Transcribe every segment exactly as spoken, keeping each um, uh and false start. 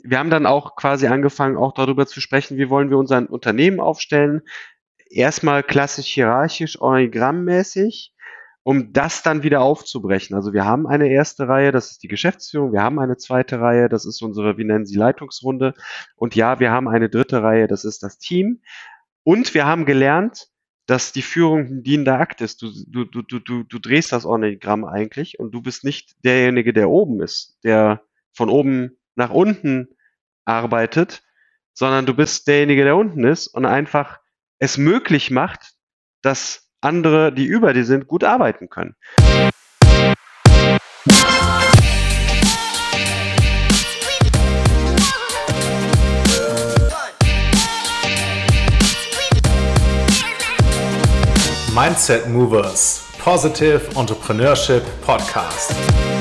wir haben dann auch quasi angefangen, auch darüber zu sprechen, wie wollen wir unser Unternehmen aufstellen. Erstmal klassisch hierarchisch, organigrammmäßig, um das dann wieder aufzubrechen. Also wir haben eine erste Reihe, das ist die Geschäftsführung, wir haben eine zweite Reihe, das ist unsere, wie nennen Sie, Leitungsrunde. Und ja, wir haben eine dritte Reihe, das ist das Team. Und wir haben gelernt, dass die Führung ein dienender Akt ist. Du, du, du, du, du du drehst das Organigramm eigentlich und du bist nicht derjenige, der oben ist, der von oben nach unten arbeitet, sondern du bist derjenige, der unten ist und einfach es möglich macht, dass andere, die über dir sind, gut arbeiten können. Mindset Movers, Positive Entrepreneurship Podcast.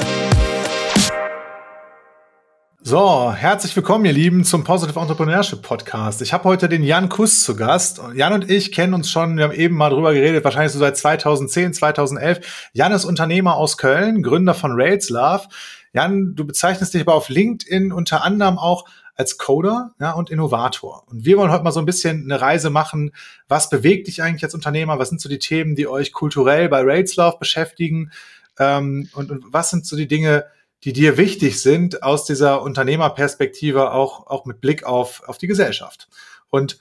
So, herzlich willkommen, ihr Lieben, zum Positive Entrepreneurship Podcast. Ich habe heute den Jan Kuss zu Gast. Jan und ich kennen uns schon, wir haben eben mal drüber geredet, wahrscheinlich so seit zweitausendzehn, zweitausendelf. Jan ist Unternehmer aus Köln, Gründer von Railslove. Jan, du bezeichnest dich aber auf LinkedIn unter anderem auch als Coder, ja, und Innovator. Und wir wollen heute mal so ein bisschen eine Reise machen. Was bewegt dich eigentlich als Unternehmer? Was sind so die Themen, die euch kulturell bei Railslove beschäftigen? Ähm, und, und was sind so die Dinge, die dir wichtig sind aus dieser Unternehmerperspektive, auch, auch mit Blick auf, auf die Gesellschaft? Und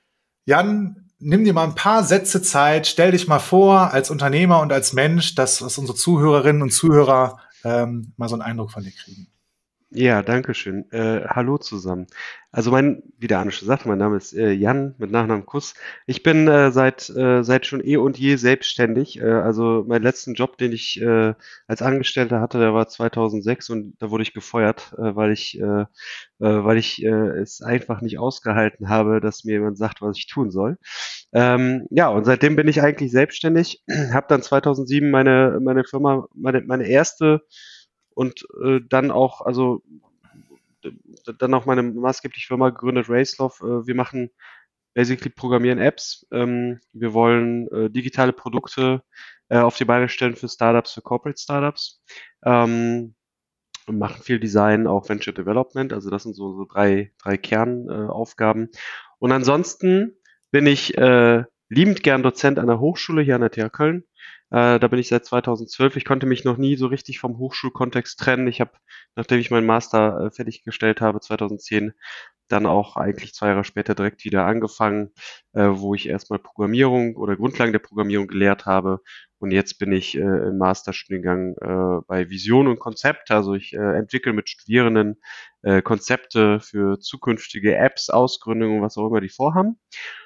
Jan, nimm dir mal ein paar Sätze Zeit, stell dich mal vor als Unternehmer und als Mensch, dass, dass unsere Zuhörerinnen und Zuhörer ähm, mal so einen Eindruck von dir kriegen. Ja, danke schön. Äh, hallo zusammen. Also mein, wie der Arne schon sagt, mein Name ist äh, Jan mit Nachnamen Kuss. Ich bin äh, seit äh, seit schon eh und je selbstständig. Äh, also meinen letzten Job, den ich äh, als Angestellter hatte, der war zweitausendsechs und da wurde ich gefeuert, äh, weil ich äh, äh, weil ich äh, es einfach nicht ausgehalten habe, dass mir jemand sagt, was ich tun soll. Ähm, ja, und seitdem bin ich eigentlich selbstständig. Habe dann zweitausendsieben meine meine Firma, meine meine erste und äh, dann auch, also d- dann auch meine maßgebliche Firma gegründet, Railslove. Äh, wir machen basically programmieren Apps. Ähm, wir wollen äh, digitale Produkte äh, auf die Beine stellen für Startups, für Corporate Startups. Ähm, und machen viel Design, auch Venture Development. Also das sind so unsere drei, drei Kernaufgaben. Äh, Aufgaben. Und ansonsten bin ich äh, liebend gern Dozent an der Hochschule hier an der T H Köln. Äh, da bin ich seit zweitausendzwölf. Ich konnte mich noch nie so richtig vom Hochschulkontext trennen. Ich habe, nachdem ich meinen Master äh, fertiggestellt habe, zweitausendzehn, dann auch eigentlich zwei Jahre später direkt wieder angefangen, äh, wo ich erstmal Programmierung oder Grundlagen der Programmierung gelehrt habe. Und jetzt bin ich äh, im Masterstudiengang äh, bei Vision und Konzept. Also ich äh, entwickle mit Studierenden äh, Konzepte für zukünftige Apps, Ausgründungen, was auch immer die vorhaben.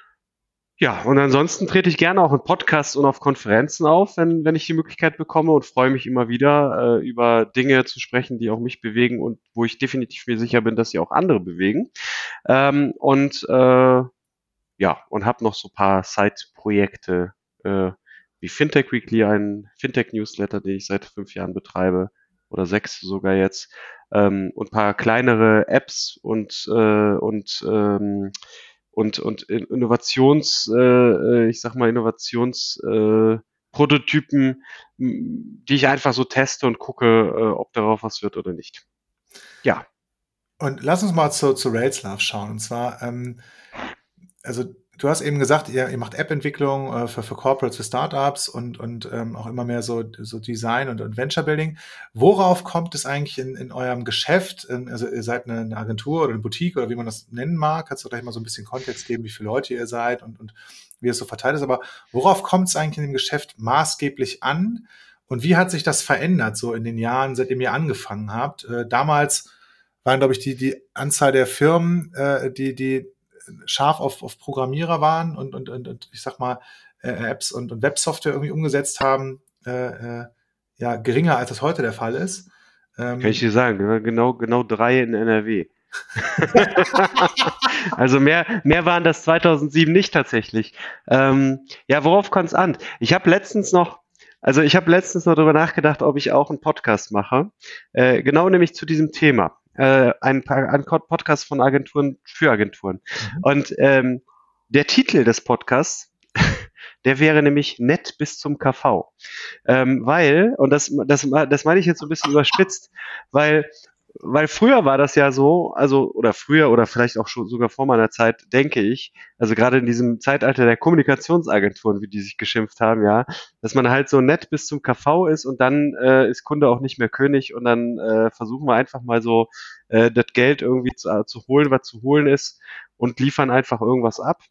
Ja, und ansonsten trete ich gerne auch in Podcasts und auf Konferenzen auf, wenn, wenn ich die Möglichkeit bekomme, und freue mich immer wieder, äh, über Dinge zu sprechen, die auch mich bewegen und wo ich definitiv mir sicher bin, dass sie auch andere bewegen. Ähm, und äh, ja, und habe noch so ein paar Side-Projekte, äh, wie Fintech Weekly, ein Fintech-Newsletter, den ich seit fünf Jahren betreibe, oder sechs sogar jetzt, ähm, und ein paar kleinere Apps und äh, und ähm, und und Innovations, äh, ich sag mal Innovationsprototypen, äh, Prototypen, m, die ich einfach so teste und gucke, äh, ob darauf was wird oder nicht. Ja. Und lass uns mal zu, zu Railslove schauen. Und zwar, ähm, also du hast eben gesagt, ihr, ihr macht App-Entwicklung äh, für, für Corporates, für Startups und, und ähm, auch immer mehr so, so Design und, und Venture-Building. Worauf kommt es eigentlich in, in eurem Geschäft? Ähm, Also ihr seid eine, eine Agentur oder eine Boutique oder wie man das nennen mag. Kannst du gleich mal so ein bisschen Kontext geben, wie viele Leute ihr seid und, und wie es so verteilt ist. Aber worauf kommt es eigentlich in dem Geschäft maßgeblich an? Und wie hat sich das verändert so in den Jahren, seitdem ihr angefangen habt? Äh, damals waren, glaube ich, die, die Anzahl der Firmen, äh, die, die scharf auf, auf Programmierer waren und, und, und, und ich sag mal, äh, Apps und, und Websoftware irgendwie umgesetzt haben, äh, äh, ja, geringer als das heute der Fall ist. Kann ich Ähm, dir sagen, genau, genau drei in N R W. Also mehr, mehr waren das zweitausendsieben nicht tatsächlich. Ähm, ja, worauf kommt es an? Ich habe letztens noch, also ich habe letztens noch darüber nachgedacht, ob ich auch einen Podcast mache. Äh, genau nämlich zu diesem Thema. Äh, ein, ein Podcast von Agenturen für Agenturen. Mhm. Und ähm, der Titel des Podcasts, der wäre nämlich nett bis zum K V. Ähm, weil, und das, das, das meine ich jetzt so ein bisschen überspitzt, weil weil früher war das ja so, also oder früher oder vielleicht auch schon sogar vor meiner Zeit, denke ich, also gerade in diesem Zeitalter der Kommunikationsagenturen, wie die sich geschimpft haben, ja, dass man halt so nett bis zum K V ist und dann äh, ist Kunde auch nicht mehr König und dann äh, versuchen wir einfach mal so äh, das Geld irgendwie zu, äh, zu holen, was zu holen ist und liefern einfach irgendwas ab.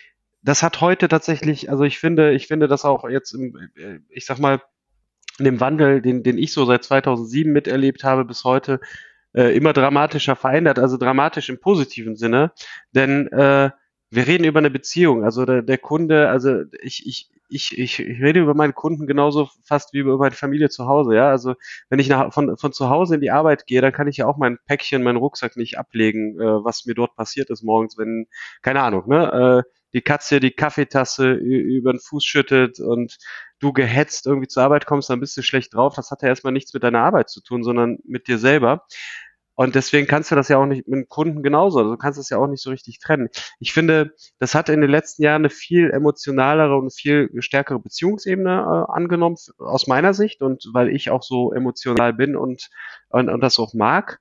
Das hat heute tatsächlich, also ich finde, ich finde das auch jetzt im, äh, ich sag mal, in dem Wandel, den, den ich so seit zweitausendsieben miterlebt habe bis heute, äh, immer dramatischer verändert, also dramatisch im positiven Sinne, denn äh, wir reden über eine Beziehung, also der, der Kunde, also ich, ich, ich, ich, ich rede über meine Kunden genauso fast wie über meine Familie zu Hause, ja, also wenn ich nach, von, von zu Hause in die Arbeit gehe, dann kann ich ja auch mein Päckchen, meinen Rucksack nicht ablegen, äh, was mir dort passiert ist morgens, wenn, keine Ahnung, ne, äh, die Katze die Kaffeetasse über den Fuß schüttet und du gehetzt irgendwie zur Arbeit kommst, dann bist du schlecht drauf. Das hat ja erstmal nichts mit deiner Arbeit zu tun, sondern mit dir selber. Und deswegen kannst du das ja auch nicht mit dem Kunden genauso. Also du kannst es ja auch nicht so richtig trennen. Ich finde, das hat in den letzten Jahren eine viel emotionalere und viel stärkere Beziehungsebene äh, angenommen, aus meiner Sicht. Und weil ich auch so emotional bin und, und, und das auch mag,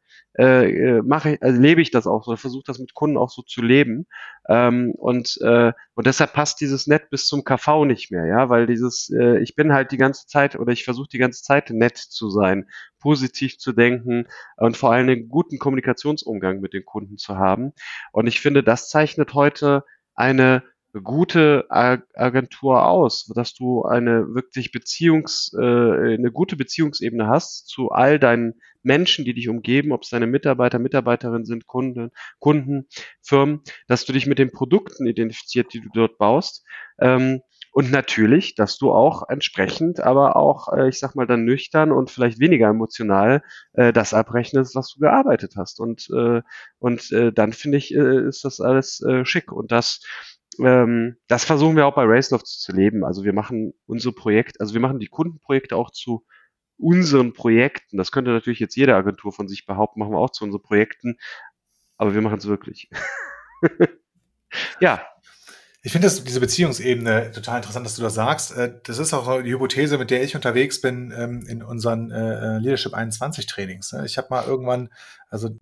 äh, mache ich, also lebe ich das auch so, versuche das mit Kunden auch so zu leben. Ähm, und, äh, und deshalb passt dieses Nett bis zum K V nicht mehr, ja, weil dieses, äh, ich bin halt die ganze Zeit oder ich versuche die ganze Zeit nett zu sein, positiv zu denken und vor allem einen guten Kommunikationsumgang mit den Kunden zu haben. Und ich finde, das zeichnet heute eine gute Agentur aus, dass du eine wirklich Beziehungs, äh, eine gute Beziehungsebene hast zu all deinen Menschen, die dich umgeben, ob es deine Mitarbeiter, Mitarbeiterinnen sind, Kunden, Kunden, Firmen, dass du dich mit den Produkten identifiziert, die du dort baust. Ähm, und natürlich, dass du auch entsprechend, aber auch, äh, ich sag mal, dann nüchtern und vielleicht weniger emotional äh, das abrechnest, was du gearbeitet hast. Und, äh, und äh, dann finde ich, äh, ist das alles äh, schick. Und das, ähm, das versuchen wir auch bei Raceloft zu leben. Also wir machen unsere Projekte, also wir machen die Kundenprojekte auch zu unseren Projekten. Das könnte natürlich jetzt jede Agentur von sich behaupten, machen wir auch zu unseren Projekten, aber wir machen es wirklich. Ja. Ich finde das, diese Beziehungsebene total interessant, dass du das sagst. Äh, Das ist auch so die Hypothese, mit der ich unterwegs bin ähm, in unseren äh, Leadership einundzwanzig Trainings. ne? Ich habe mal irgendwann, also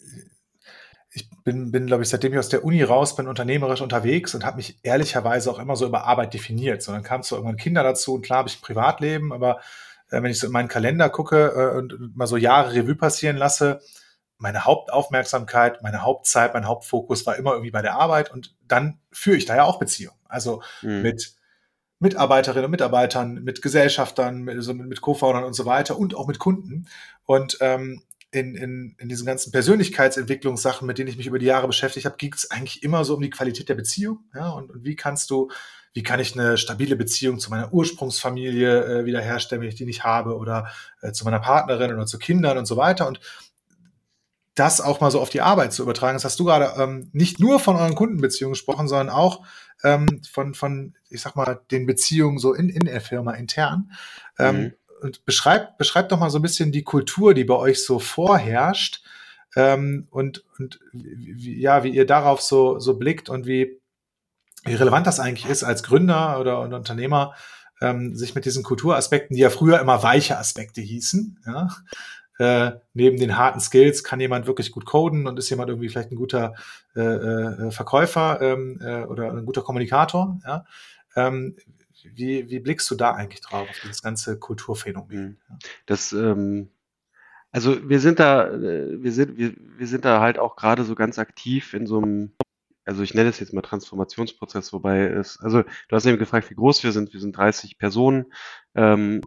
ich bin, bin glaube ich, seitdem ich aus der Uni raus bin, unternehmerisch unterwegs und habe mich ehrlicherweise auch immer so über Arbeit definiert. So, dann kamen so irgendwann Kinder dazu und klar habe ich ein Privatleben, aber äh, wenn ich so in meinen Kalender gucke äh, und, und mal so Jahre Revue passieren lasse, meine Hauptaufmerksamkeit, meine Hauptzeit, mein Hauptfokus war immer irgendwie bei der Arbeit und dann führe ich da ja auch Beziehungen. Also Mhm. mit Mitarbeiterinnen und Mitarbeitern, mit Gesellschaftern, mit, also mit Co-Foundern und so weiter und auch mit Kunden. Und ähm, in, in, in diesen ganzen Persönlichkeitsentwicklungssachen, mit denen ich mich über die Jahre beschäftigt habe, ging es eigentlich immer so um die Qualität der Beziehung. Ja? Und, und wie kannst du, wie kann ich eine stabile Beziehung zu meiner Ursprungsfamilie äh, wiederherstellen, wenn ich die nicht habe, oder äh, zu meiner Partnerin oder zu Kindern und so weiter. Und das auch mal so auf die Arbeit zu übertragen. Das hast du gerade ähm, nicht nur von euren Kundenbeziehungen gesprochen, sondern auch ähm, von, von, ich sag mal, den Beziehungen so in, in der Firma intern. Mhm. Ähm, und beschreibt beschreibt doch mal so ein bisschen die Kultur, die bei euch so vorherrscht, ähm, und, und wie, ja, wie ihr darauf so, so blickt und wie, wie relevant das eigentlich ist als Gründer oder, oder Unternehmer, ähm, sich mit diesen Kulturaspekten, die ja früher immer weiche Aspekte hießen, ja, äh, neben den harten Skills kann jemand wirklich gut coden und ist jemand irgendwie vielleicht ein guter äh, äh, Verkäufer ähm, äh, oder ein guter Kommunikator. Ja? Ähm, wie, wie blickst du da eigentlich drauf, auf dieses ganze Kulturphänomen? Mhm. Das, ähm, also wir sind da, äh, wir sind, wir, wir sind da halt auch gerade so ganz aktiv in so einem, also ich nenne es jetzt mal Transformationsprozess, wobei es, also du hast eben gefragt, wie groß wir sind. Wir sind dreißig Personen, ähm,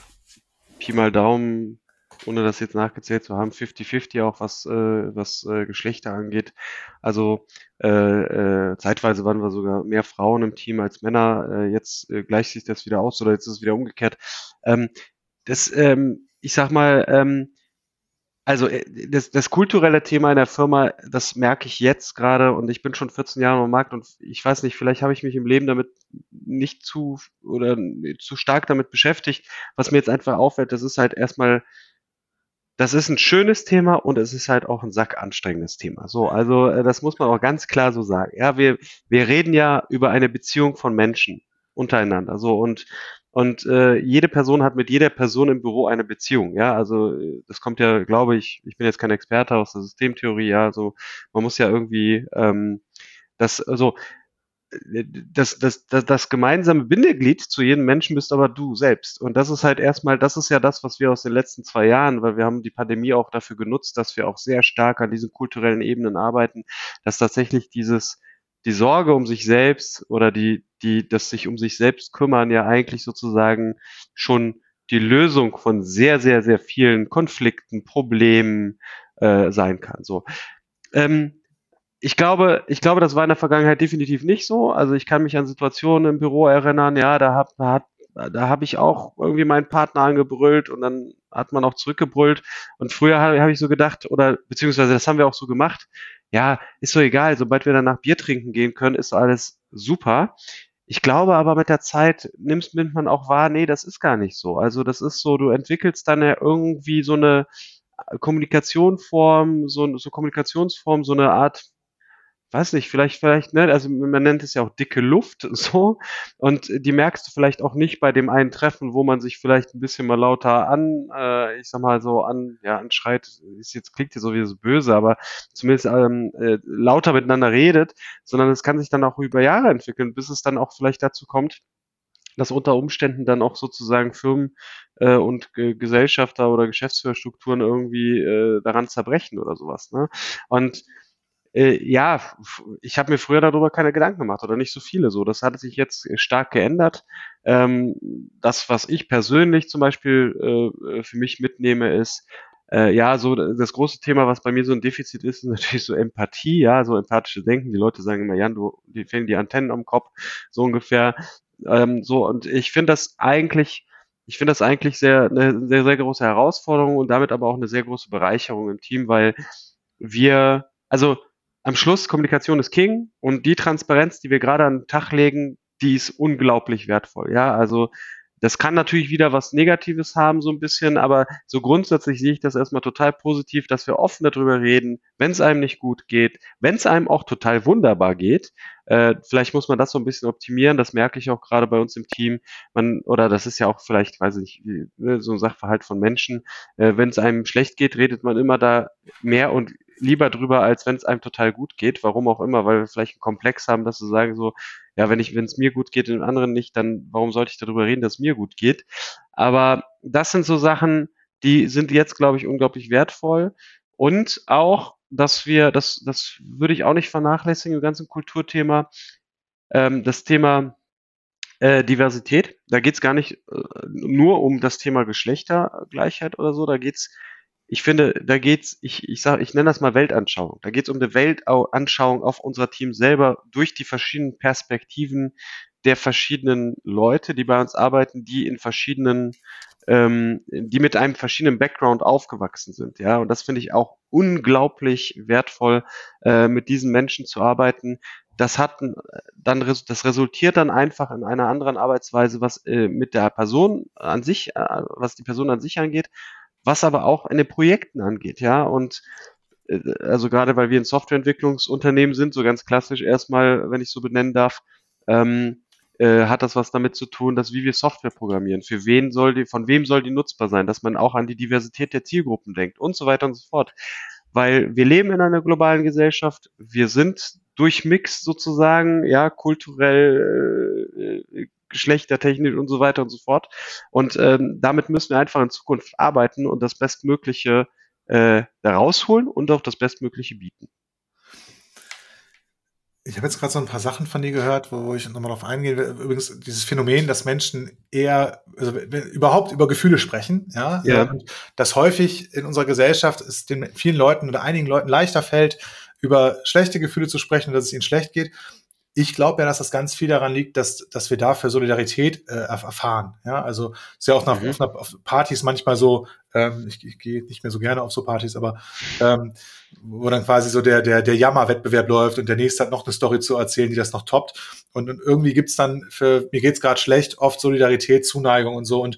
Pi mal Daumen, ohne das jetzt nachgezählt zu haben, fünfzig fünfzig auch was, äh, was äh, Geschlechter angeht. Also äh, äh, zeitweise waren wir sogar mehr Frauen im Team als Männer. Äh, jetzt äh, gleicht sich das wieder aus oder jetzt ist es wieder umgekehrt. Ähm, das, ähm, ich sag mal, ähm, also äh, das, das kulturelle Thema in der Firma, das merke ich jetzt gerade und ich bin schon vierzehn Jahre am Markt und ich weiß nicht, vielleicht habe ich mich im Leben damit nicht zu oder zu stark damit beschäftigt. Was mir jetzt einfach auffällt, das ist halt erstmal, das ist ein schönes Thema und es ist halt auch ein sackanstrengendes Thema. So, also äh, das muss man auch ganz klar so sagen. Ja, wir, wir reden ja über eine Beziehung von Menschen untereinander. So und Und äh, jede Person hat mit jeder Person im Büro eine Beziehung, ja. Also äh, das kommt ja, glaube ich, ich bin jetzt kein Experte aus der Systemtheorie, ja, so man muss ja irgendwie ähm, das, also äh, das, das, das, das gemeinsame Bindeglied zu jedem Menschen bist aber du selbst. Und das ist halt erstmal, das ist ja das, was wir aus den letzten zwei Jahren, weil wir haben die Pandemie auch dafür genutzt, dass wir auch sehr stark an diesen kulturellen Ebenen arbeiten, dass tatsächlich dieses, die Sorge um sich selbst oder die, die, das sich um sich selbst kümmern ja eigentlich sozusagen schon die Lösung von sehr, sehr, sehr vielen Konflikten, Problemen äh, sein kann. So. Ähm, ich glaube, ich glaube, das war in der Vergangenheit definitiv nicht so. Also ich kann mich an Situationen im Büro erinnern, ja, da hab, da hat, da habe ich auch irgendwie meinen Partner angebrüllt und dann hat man auch zurückgebrüllt. Und früher habe hab ich so gedacht, oder beziehungsweise das haben wir auch so gemacht, ja, ist so egal, sobald wir danach Bier trinken gehen können, ist alles super. Ich glaube aber mit der Zeit nimmst, nimmt man auch wahr, nee, das ist gar nicht so. Also das ist so, du entwickelst dann ja irgendwie so eine Kommunikationsform, so, so Kommunikationsform, so eine Art, weiß nicht, vielleicht, vielleicht, ne, also man nennt es ja auch dicke Luft, so, und die merkst du vielleicht auch nicht bei dem einen Treffen, wo man sich vielleicht ein bisschen mal lauter an, äh, ich sag mal so an, ja, anschreit, ist jetzt klingt hier so wie so böse, aber zumindest ähm, äh, lauter miteinander redet, sondern es kann sich dann auch über Jahre entwickeln, bis es dann auch vielleicht dazu kommt, dass unter Umständen dann auch sozusagen Firmen äh, und Ge Gesellschafter oder Geschäftsführerstrukturen irgendwie äh, daran zerbrechen oder sowas, ne? Und äh, ja, ich habe mir früher darüber keine Gedanken gemacht oder nicht so viele so. Das hat sich jetzt stark geändert. Ähm, das, was ich persönlich zum Beispiel äh, für mich mitnehme, ist, äh, ja, so das große Thema, was bei mir so ein Defizit ist, ist natürlich so Empathie, ja, so empathische Denken. Die Leute sagen immer, Jan, du, die fehlen die Antennen am Kopf, so ungefähr. Ähm, so, und ich finde das eigentlich, ich finde das eigentlich sehr, eine sehr, sehr große Herausforderung und damit aber auch eine sehr große Bereicherung im Team, weil wir, also am Schluss, Kommunikation ist King und die Transparenz, die wir gerade an den Tag legen, die ist unglaublich wertvoll. Ja, also das kann natürlich wieder was Negatives haben, so ein bisschen, aber so grundsätzlich sehe ich das erstmal total positiv, dass wir offen darüber reden, wenn es einem nicht gut geht, wenn es einem auch total wunderbar geht. Äh, vielleicht muss man das so ein bisschen optimieren, das merke ich auch gerade bei uns im Team. Man, oder das ist ja auch vielleicht, weiß ich nicht, ne, so ein Sachverhalt von Menschen. Äh, wenn es einem schlecht geht, redet man immer da mehr und lieber drüber, als wenn es einem total gut geht. Warum auch immer, weil wir vielleicht einen Komplex haben, dass wir sagen so, ja, wenn ich, wenn es mir gut geht und den anderen nicht, dann warum sollte ich darüber reden, dass es mir gut geht? Aber das sind so Sachen, die sind jetzt, glaube ich, unglaublich wertvoll. Und auch, dass wir, das, das würde ich auch nicht vernachlässigen im ganzen Kulturthema, ähm, das Thema äh, Diversität. Da geht es gar nicht äh, nur um das Thema Geschlechtergleichheit oder so, da geht's ich finde, da geht's, ich, ich sag, ich nenne das mal Weltanschauung. Da geht's um eine Weltanschauung auf unser Team selber durch die verschiedenen Perspektiven der verschiedenen Leute, die bei uns arbeiten, die in verschiedenen, ähm, die mit einem verschiedenen Background aufgewachsen sind. Ja, und das finde ich auch unglaublich wertvoll, äh, mit diesen Menschen zu arbeiten. Das hat dann, das resultiert dann einfach in einer anderen Arbeitsweise, was äh, mit der Person an sich, äh, was die Person an sich angeht, was aber auch in den Projekten angeht, ja, und äh, also gerade weil wir ein Softwareentwicklungsunternehmen sind, so ganz klassisch erstmal, wenn ich so benennen darf, ähm, äh, hat das was damit zu tun, dass wie wir Software programmieren, für wen soll die, von wem soll die nutzbar sein, dass man auch an die Diversität der Zielgruppen denkt und so weiter und so fort. Weil wir leben in einer globalen Gesellschaft, wir sind durchmixt sozusagen, ja, kulturell, äh, geschlechtertechnisch und so weiter und so fort. Und ähm, damit müssen wir einfach in Zukunft arbeiten und das Bestmögliche äh, da rausholen und auch das Bestmögliche bieten. Ich habe jetzt gerade so ein paar Sachen von dir gehört, wo ich nochmal drauf eingehen will. Übrigens dieses Phänomen, dass Menschen eher, also überhaupt über Gefühle sprechen, ja, Ja. Und dass häufig in unserer Gesellschaft es den vielen Leuten oder einigen Leuten leichter fällt, über schlechte Gefühle zu sprechen und dass es ihnen schlecht geht. Ich glaube ja, dass das ganz viel daran liegt, dass, dass wir dafür Solidarität äh, erfahren. Ja, also ist ja auch nach, Mhm. auf, auf Partys manchmal so, ähm, ich, ich gehe nicht mehr so gerne auf so Partys, aber ähm, wo dann quasi so der, der, der Jammer-Wettbewerb läuft und der Nächste hat noch eine Story zu erzählen, die das noch toppt. Und, und irgendwie gibt's dann für, mir geht's gerade schlecht, oft Solidarität, Zuneigung und so. Und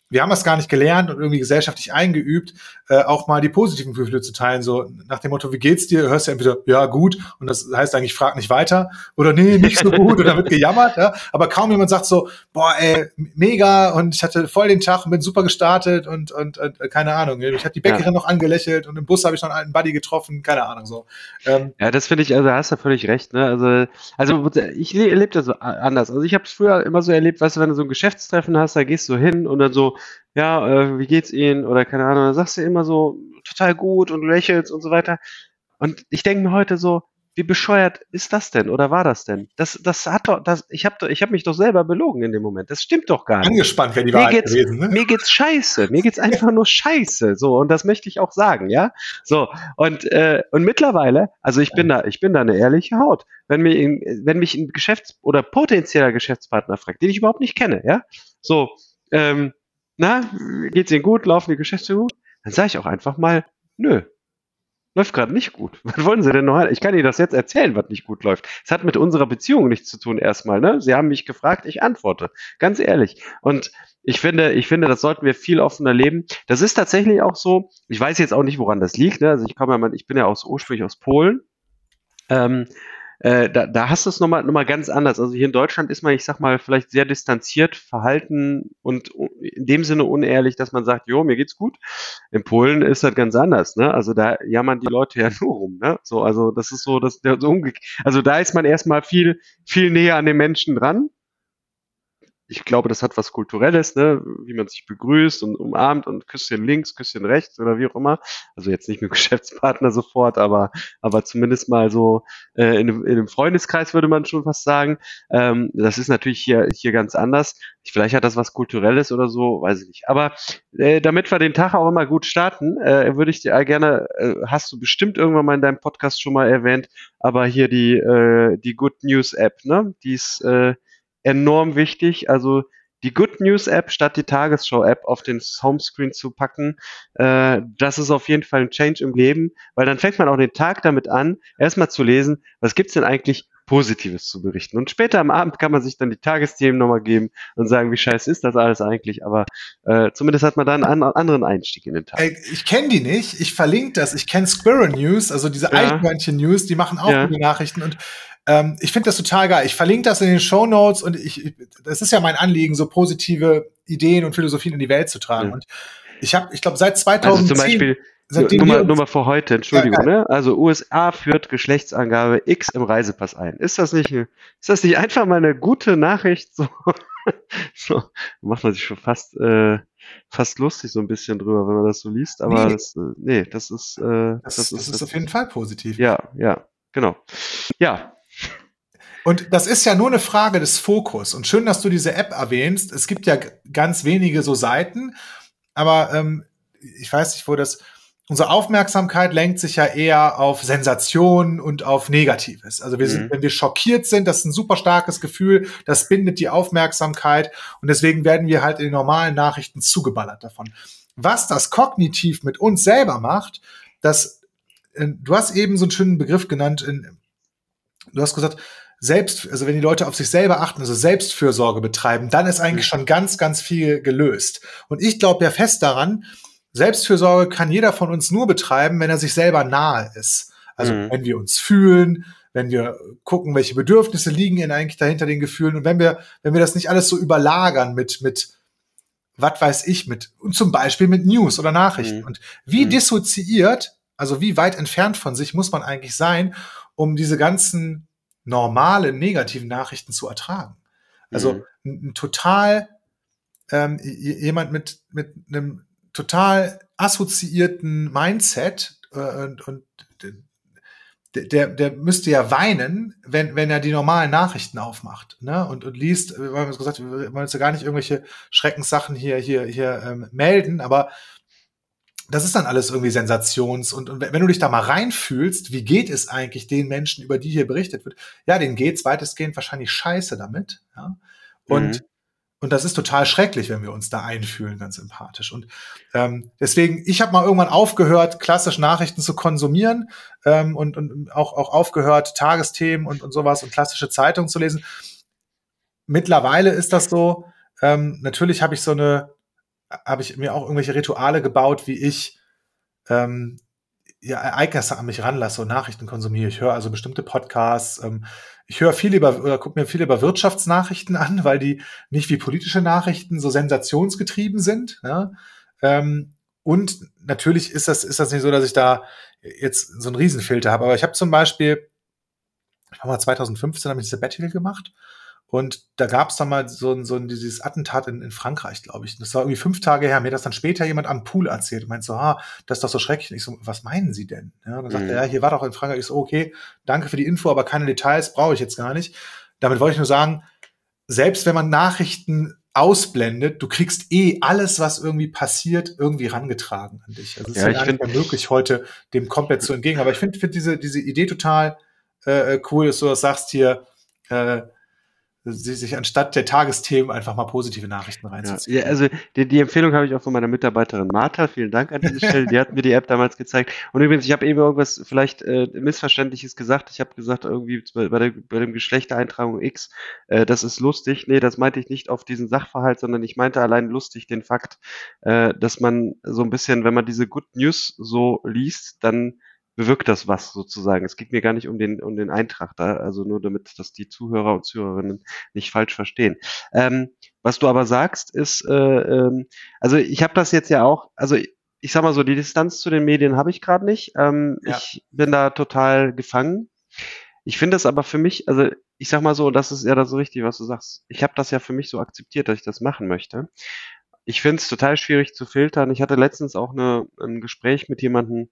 wir haben das gar nicht gelernt und irgendwie gesellschaftlich eingeübt, äh, auch mal die positiven Gefühle zu teilen. So nach dem Motto, wie geht's dir? Hörst du entweder, ja, gut. Und das heißt eigentlich, frag nicht weiter. Oder nee, nicht so gut. Oder wird gejammert. Ja? Aber kaum jemand sagt so, boah, ey, mega. Und ich hatte voll den Tag und bin super gestartet. Und, und, und keine Ahnung. Ich hatte die Bäckerin ja. noch angelächelt. Und im Bus habe ich noch einen alten Buddy getroffen. Keine Ahnung. so. Ähm, ja, das finde ich, also hast du völlig recht. Ne? Also, also ich erlebe das so anders. Also ich habe es früher immer so erlebt, weißt du, wenn du so ein Geschäftstreffen hast, da gehst du hin und dann so, ja, äh, wie geht's Ihnen? Oder keine Ahnung, dann sagst du immer so, total gut und lächelst und so weiter. Und ich denke mir heute so, wie bescheuert ist das denn? Oder war das denn? Das, das hat doch, das, ich habe ich hab mich doch selber belogen in dem Moment. Das stimmt doch gar nicht. Angespannt wäre die Mir Wahrheit geht's, gewesen, ne? mir geht's scheiße. Mir geht's einfach nur scheiße. So, und das möchte ich auch sagen, ja? So, und, äh, und mittlerweile, also ich bin da, ich bin da eine ehrliche Haut. Wenn mir, wenn mich ein Geschäfts- oder potenzieller Geschäftspartner fragt, den ich überhaupt nicht kenne, ja? So, ähm, na, geht's Ihnen gut? Laufen die Geschäfte gut? Dann sage ich auch einfach mal, nö, läuft gerade nicht gut. Was wollen Sie denn noch? Ich kann Ihnen das jetzt erzählen, was nicht gut läuft. Es hat mit unserer Beziehung nichts zu tun erstmal, ne? Sie haben mich gefragt, ich antworte. Ganz ehrlich. Und ich finde, ich finde, das sollten wir viel offener leben. Das ist tatsächlich auch so. Ich weiß jetzt auch nicht, woran das liegt, ne? Also ich komme ja mal, ich bin ja aus, ursprünglich aus Polen. Ähm, Äh, da, da hast du es nochmal noch mal ganz anders. Also hier in Deutschland ist man, ich sag mal, vielleicht sehr distanziert, verhalten und in dem Sinne unehrlich, dass man sagt, jo, mir geht's gut. In Polen ist das ganz anders, ne? Also da jammern die Leute ja nur rum, ne? So, also das ist so, das, der, so umgekehrt. Also da ist man erstmal viel, viel näher an den Menschen dran. Ich glaube, das hat was Kulturelles, ne? Wie man sich begrüßt und umarmt und Küsschen links, Küsschen rechts oder wie auch immer. Also jetzt nicht mit Geschäftspartner sofort, aber aber zumindest mal so äh, in, einem, in einem Freundeskreis würde man schon fast sagen. Ähm, das ist natürlich hier hier ganz anders. Vielleicht hat das was Kulturelles oder so, weiß ich nicht. Aber äh, damit wir den Tag auch immer gut starten, äh, würde ich dir gerne, äh, hast du bestimmt irgendwann mal in deinem Podcast schon mal erwähnt, aber hier die äh, die Good News App, ne? Die ist äh, enorm wichtig. Also die Good News App statt die Tagesschau App auf den Homescreen zu packen, äh, das ist auf jeden Fall ein Change im Leben, weil dann fängt man auch den Tag damit an, erstmal zu lesen, was gibt's denn eigentlich Positives zu berichten. Und später am Abend kann man sich dann die Tagesthemen nochmal geben und sagen, wie scheiße ist das alles eigentlich, aber äh, zumindest hat man da einen an, anderen Einstieg in den Tag. Ey, ich kenne die nicht, ich verlinke das, ich kenne Squirrel News, also diese Ja. Eichhörnchen-News, die machen auch Ja. gute Nachrichten und ähm, ich finde das total geil. Ich verlinke das in den Shownotes und ich, ich, das ist ja mein Anliegen, so positive Ideen und Philosophien in die Welt zu tragen. Ja. Und ich habe, ich glaube, seit zweitausendzehn... Also zum Beispiel, seitdem nur wir mal, uns- nur mal für heute, Entschuldigung, Ja, ne? Also U S A führt Geschlechtsangabe X im Reisepass ein. Ist das nicht, ist das nicht einfach mal eine gute Nachricht? So, so macht man sich schon fast, äh, fast lustig so ein bisschen drüber, wenn man das so liest. Aber Nee. das, äh, nee, das ist, äh, Das, das, ist, das ist auf jeden Fall positiv. Ja, ja, genau. Ja. Und das ist ja nur eine Frage des Fokus. Und schön, dass du diese App erwähnst. Es gibt ja g- ganz wenige so Seiten, aber ähm, ich weiß nicht, wo das. Unsere Aufmerksamkeit lenkt sich ja eher auf Sensation und auf Negatives. Also wir sind, Mhm. wenn wir schockiert sind, das ist ein super starkes Gefühl, das bindet die Aufmerksamkeit und deswegen werden wir halt in den normalen Nachrichten zugeballert davon. Was das kognitiv mit uns selber macht, das, äh, du hast eben so einen schönen Begriff genannt, in, du hast gesagt, selbst, also wenn die Leute auf sich selber achten, also Selbstfürsorge betreiben, dann ist eigentlich Mhm. schon ganz, ganz viel gelöst. Und ich glaube ja fest daran, Selbstfürsorge kann jeder von uns nur betreiben, wenn er sich selber nahe ist. Also Mhm. wenn wir uns fühlen, wenn wir gucken, welche Bedürfnisse liegen in eigentlich dahinter den Gefühlen und wenn wir, wenn wir das nicht alles so überlagern mit, mit, was weiß ich, mit, und zum Beispiel mit News oder Nachrichten. Mhm. Und wie Mhm. dissoziiert, also wie weit entfernt von sich muss man eigentlich sein, um diese ganzen normalen negativen Nachrichten zu ertragen. Also Mhm. ein, ein total ähm, j- jemand mit mit einem total assoziierten Mindset äh, und, und der, der, der müsste ja weinen, wenn, wenn er die normalen Nachrichten aufmacht, ne? Und, und liest, wir haben jetzt gesagt, wir wollen jetzt ja gar nicht irgendwelche Schreckenssachen hier, hier, hier ähm, melden, aber das ist dann alles irgendwie Sensations- und, und wenn du dich da mal reinfühlst, wie geht es eigentlich den Menschen, über die hier berichtet wird? Ja, denen geht's weitestgehend wahrscheinlich scheiße damit, ja. Und, Mhm. und das ist total schrecklich, wenn wir uns da einfühlen, ganz empathisch. Und ähm, deswegen, ich habe mal irgendwann aufgehört, klassisch Nachrichten zu konsumieren ähm, und, und auch, auch aufgehört, Tagesthemen und, und sowas und klassische Zeitungen zu lesen. Mittlerweile ist das so, ähm, natürlich habe ich so eine habe ich mir auch irgendwelche Rituale gebaut, wie ich ähm, ja, Ereignisse an mich ranlasse und Nachrichten konsumiere. Ich höre also bestimmte Podcasts. Ähm, ich höre viel über oder gucke mir viel über Wirtschaftsnachrichten an, weil die nicht wie politische Nachrichten so sensationsgetrieben sind. Ja? Ähm, und natürlich ist das, ist das nicht so, dass ich da jetzt so einen Riesenfilter habe. Aber ich habe zum Beispiel, ich habe mal zwanzig fünfzehn habe ich ein Sabbatical gemacht. Und da gab es dann mal so ein, so ein dieses Attentat in, in Frankreich, glaube ich. Das war irgendwie fünf Tage her. Mir hat das dann später jemand am Pool erzählt und meint so, ah, das ist doch so schrecklich. Und ich so, was meinen Sie denn? Ja, dann sagt er, Mhm. ja, hier war doch in Frankreich. Ich so, okay, danke für die Info, aber keine Details brauche ich jetzt gar nicht. Damit wollte ich nur sagen, selbst wenn man Nachrichten ausblendet, du kriegst eh alles, was irgendwie passiert, irgendwie rangetragen an dich. Also es ist Ja, ja ich gar nicht finde, mehr möglich, heute dem komplett zu entgegen. Aber ich finde find diese, diese Idee total äh, cool, dass du das sagst hier, äh, sie sich anstatt der Tagesthemen einfach mal positive Nachrichten ja, reinzuziehen. ja, also die, die Empfehlung habe ich auch von meiner Mitarbeiterin Martha. Vielen Dank an diese Stelle. Die hat mir die App damals gezeigt. Und übrigens, ich habe eben irgendwas vielleicht äh, Missverständliches gesagt. Ich habe gesagt, irgendwie bei, bei, der, bei dem Geschlechtereintragung X, äh, das ist lustig. Nee, das meinte ich nicht auf diesen Sachverhalt, sondern ich meinte allein lustig den Fakt, äh, dass man so ein bisschen, wenn man diese Good News so liest, dann bewirkt das was sozusagen. Es geht mir gar nicht um den, um den Eintrag da, also nur damit, dass die Zuhörer und Zuhörerinnen nicht falsch verstehen. Ähm, was du aber sagst, ist, äh, ähm, also ich habe das jetzt ja auch, also ich, ich sag mal so, die Distanz zu den Medien habe ich gerade nicht. Ähm, Ja. ich bin da total gefangen. Ich finde es aber für mich, also ich sag mal so, und das ist ja das so richtig, was du sagst, ich habe das ja für mich so akzeptiert, dass ich das machen möchte. Ich finde es total schwierig zu filtern. Ich hatte letztens auch eine, ein Gespräch mit jemandem,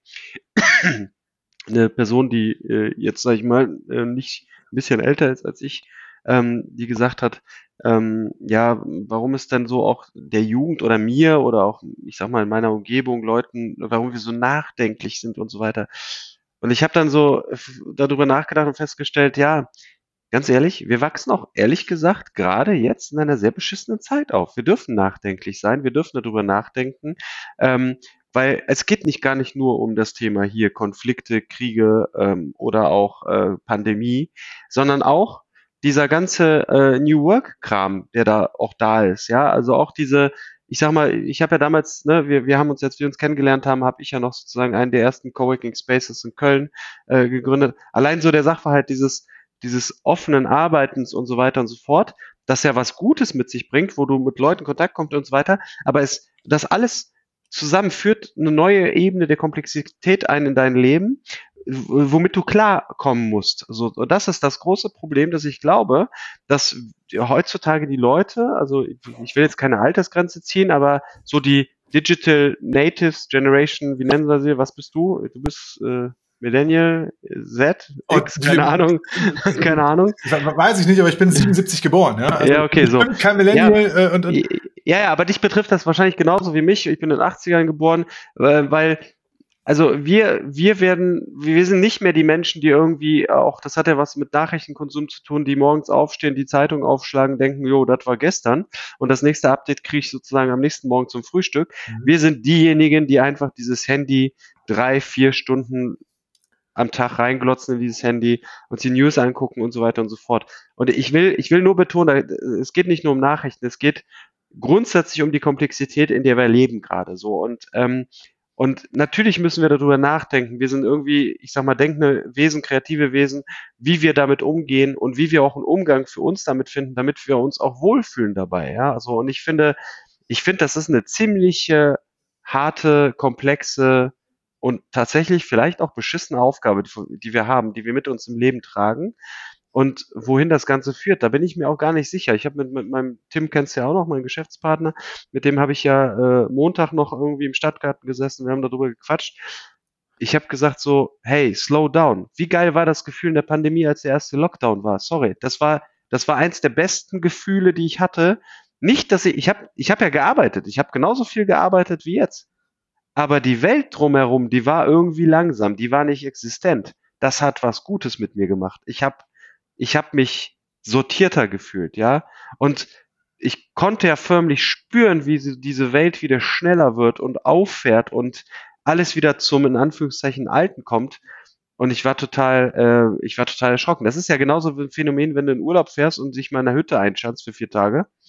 eine Person, die äh, jetzt, sag ich mal, äh, nicht ein bisschen älter ist als ich, ähm, die gesagt hat, ähm, ja, warum ist denn so auch der Jugend oder mir oder auch, ich sag mal, in meiner Umgebung Leuten, warum wir so nachdenklich sind und so weiter. Und ich habe dann so f- darüber nachgedacht und festgestellt, ja, ganz ehrlich, wir wachsen auch ehrlich gesagt gerade jetzt in einer sehr beschissenen Zeit auf. Wir dürfen nachdenklich sein, wir dürfen darüber nachdenken, ähm, weil es geht nicht gar nicht nur um das Thema hier Konflikte, Kriege ähm, oder auch äh, Pandemie, sondern auch dieser ganze äh, New Work-Kram, der da auch da ist. Ja, also auch diese, ich sag mal, ich habe ja damals, ne, wir, wir haben uns jetzt, wie wir uns kennengelernt haben, habe ich ja noch sozusagen einen der ersten Coworking Spaces in Köln äh, gegründet. Allein so der Sachverhalt dieses dieses offenen Arbeitens und so weiter und so fort, das ja was Gutes mit sich bringt, wo du mit Leuten in Kontakt kommst und so weiter. Aber es, das alles zusammen führt eine neue Ebene der Komplexität ein in dein Leben, womit du klarkommen musst. So, und das ist das große Problem, dass ich glaube, dass heutzutage die Leute, also ich will jetzt keine Altersgrenze ziehen, aber so die Digital Natives Generation, wie nennen wir sie? Was bist du? Du bist äh, Millennial, Z, X, keine Ahnung, keine Ahnung. Weiß ich nicht, aber ich bin siebenundsiebzig geboren. Ja, also Ja, okay, ich so. bin kein Millennial Ja, äh, und, und ja, ja, aber dich betrifft das wahrscheinlich genauso wie mich. Ich bin in den achtzigern geboren, äh, weil, also wir, wir werden, wir sind nicht mehr die Menschen, die irgendwie auch, das hat ja was mit Nachrichtenkonsum zu tun, die morgens aufstehen, die Zeitung aufschlagen, denken, jo, das war gestern und das nächste Update kriege ich sozusagen am nächsten Morgen zum Frühstück. Wir sind diejenigen, die einfach dieses Handy drei, vier Stunden am Tag reinglotzen in dieses Handy, uns die News angucken und so weiter und so fort. Und ich will, ich will nur betonen, es geht nicht nur um Nachrichten, es geht grundsätzlich um die Komplexität, in der wir leben gerade so. Und, ähm, und natürlich müssen wir darüber nachdenken. Wir sind irgendwie, ich sag mal, denkende Wesen, kreative Wesen, wie wir damit umgehen und wie wir auch einen Umgang für uns damit finden, damit wir uns auch wohlfühlen dabei. Ja, also, und ich finde, ich finde, das ist eine ziemliche harte, komplexe und tatsächlich vielleicht auch beschissene Aufgabe, die, die wir haben, die wir mit uns im Leben tragen. Und wohin das Ganze führt, da bin ich mir auch gar nicht sicher. Ich habe mit, mit meinem, Tim kennst du ja auch noch, meinen Geschäftspartner, mit dem habe ich ja äh, Montag noch irgendwie im Stadtgarten gesessen, wir haben darüber gequatscht. Ich habe gesagt so, hey, slow down. Wie geil war das Gefühl in der Pandemie, als der erste Lockdown war? Sorry, das war, das war eins der besten Gefühle, die ich hatte. Nicht, dass ich, ich habe, ich habe ja gearbeitet. Ich habe genauso viel gearbeitet wie jetzt. Aber die Welt drumherum, die war irgendwie langsam, die war nicht existent. Das hat was Gutes mit mir gemacht. Ich habe ich hab mich sortierter gefühlt, ja. Und ich konnte ja förmlich spüren, wie sie, diese Welt wieder schneller wird und auffährt und alles wieder zum, in Anführungszeichen, Alten kommt. Und ich war total, äh, ich war total erschrocken. Das ist ja genauso ein Phänomen, wenn du in Urlaub fährst und sich mal in einer Hütte einschanzt für vier Tage.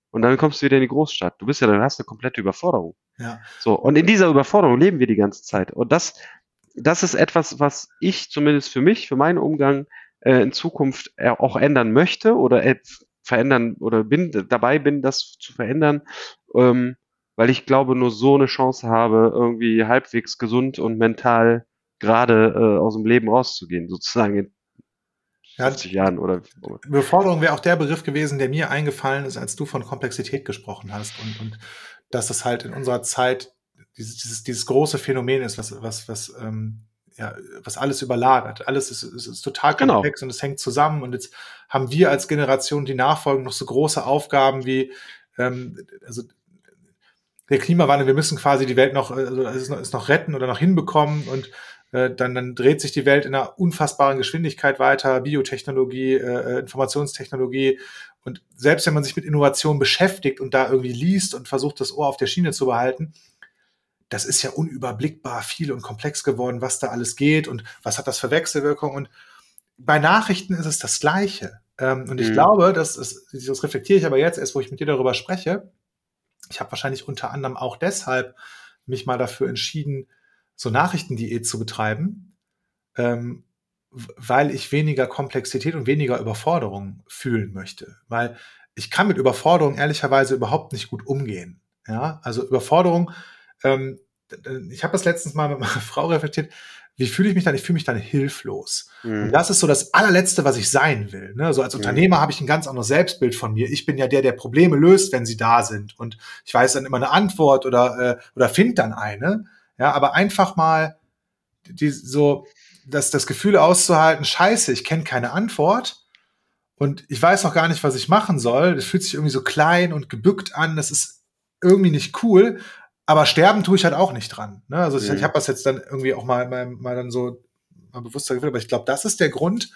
Und dann kommst du wieder in die Großstadt. Du bist ja, dann hast du eine komplette Überforderung. Ja. So, und in dieser Überforderung leben wir die ganze Zeit. Und das, das ist etwas, was ich zumindest für mich, für meinen Umgang äh, in Zukunft äh, auch ändern möchte oder äh, verändern oder bin dabei bin, das zu verändern, ähm, weil ich glaube, nur so eine Chance habe, irgendwie halbwegs gesund und mental gerade äh, aus dem Leben rauszugehen, sozusagen in Ja, fünfzig Jahren oder. Überforderung wäre auch der Begriff gewesen, der mir eingefallen ist, als du von Komplexität gesprochen hast und, und dass das halt in unserer Zeit dieses, dieses, dieses große Phänomen ist, was, was, was, ähm, ja, was alles überlagert. Alles ist, ist, ist total Genau. komplex und es hängt zusammen. Und jetzt haben wir als Generation, die nachfolgen, noch so große Aufgaben wie, ähm, also der Klimawandel, wir müssen quasi die Welt noch, also es noch, es noch retten oder noch hinbekommen und äh, dann, dann dreht sich die Welt in einer unfassbaren Geschwindigkeit weiter, Biotechnologie, äh, Informationstechnologie und selbst wenn man sich mit Innovation beschäftigt und da irgendwie liest und versucht, das Ohr auf der Schiene zu behalten, das ist ja unüberblickbar viel und komplex geworden, was da alles geht und was hat das für Wechselwirkungen und bei Nachrichten ist es das Gleiche. Ähm, und ich Mhm. glaube, das, ist, das reflektiere ich aber jetzt erst, wo ich mit dir darüber spreche. Ich habe wahrscheinlich unter anderem auch deshalb mich mal dafür entschieden, so Nachrichtendiät zu betreiben, ähm, weil ich weniger Komplexität und weniger Überforderung fühlen möchte. Weil ich kann mit Überforderung ehrlicherweise überhaupt nicht gut umgehen. Ja, also Überforderung, ähm, ich habe das letztens mal mit meiner Frau reflektiert, wie fühle ich mich dann? Ich fühle mich dann hilflos. Mhm. Und das ist so das allerletzte, was ich sein will. Ne? So als Unternehmer mhm. habe ich ein ganz anderes Selbstbild von mir. Ich bin ja der, der Probleme löst, wenn sie da sind. Und ich weiß dann immer eine Antwort oder, äh, oder finde dann eine. Ja, aber einfach mal die, so das, das Gefühl auszuhalten, scheiße, ich kenne keine Antwort und ich weiß noch gar nicht, was ich machen soll. Das fühlt sich irgendwie so klein und gebückt an. Das ist irgendwie nicht cool. Aber sterben tue ich halt auch nicht dran. Ne? Also ich, mhm. ich habe das jetzt dann irgendwie auch mal, mal, mal dann so mal bewusster gefühlt. Aber ich glaube, das ist der Grund,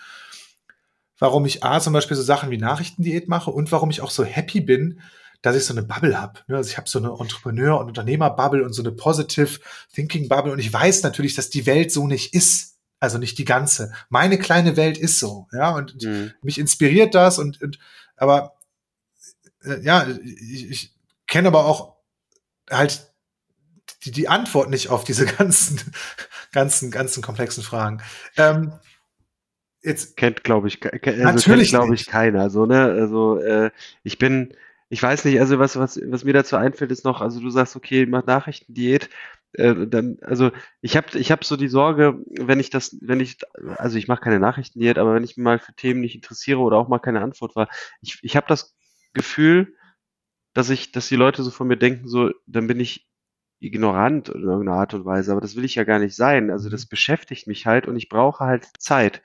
warum ich A, zum Beispiel so Sachen wie Nachrichtendiät mache und warum ich auch so happy bin, dass ich so eine Bubble habe. Also ich habe so eine Entrepreneur- und Unternehmer-Bubble und so eine Positive Thinking-Bubble und ich weiß natürlich, dass die Welt so nicht ist. Also nicht die ganze. Meine kleine Welt ist so. Ja, und mhm. mich inspiriert das und, und aber äh, ja, ich, ich kenne aber auch halt die, die Antwort nicht auf diese ganzen, ganzen, ganzen komplexen Fragen. Ähm, jetzt kennt, glaube ich, also natürlich glaube ich, keiner. Also, ne, also äh, ich bin, ich weiß nicht, also was, was, was mir dazu einfällt, ist noch, also du sagst, okay, mach Nachrichtendiät. Äh, dann, also ich habe ich hab so die Sorge, wenn ich das, wenn ich, also ich mache keine Nachrichtendiät, aber wenn ich mich mal für Themen nicht interessiere oder auch mal keine Antwort war, ich, ich habe das Gefühl, dass ich, dass die Leute so von mir denken, so, dann bin ich ignorant in irgendeiner Art und Weise, aber das will ich ja gar nicht sein. Also das beschäftigt mich halt und ich brauche halt Zeit.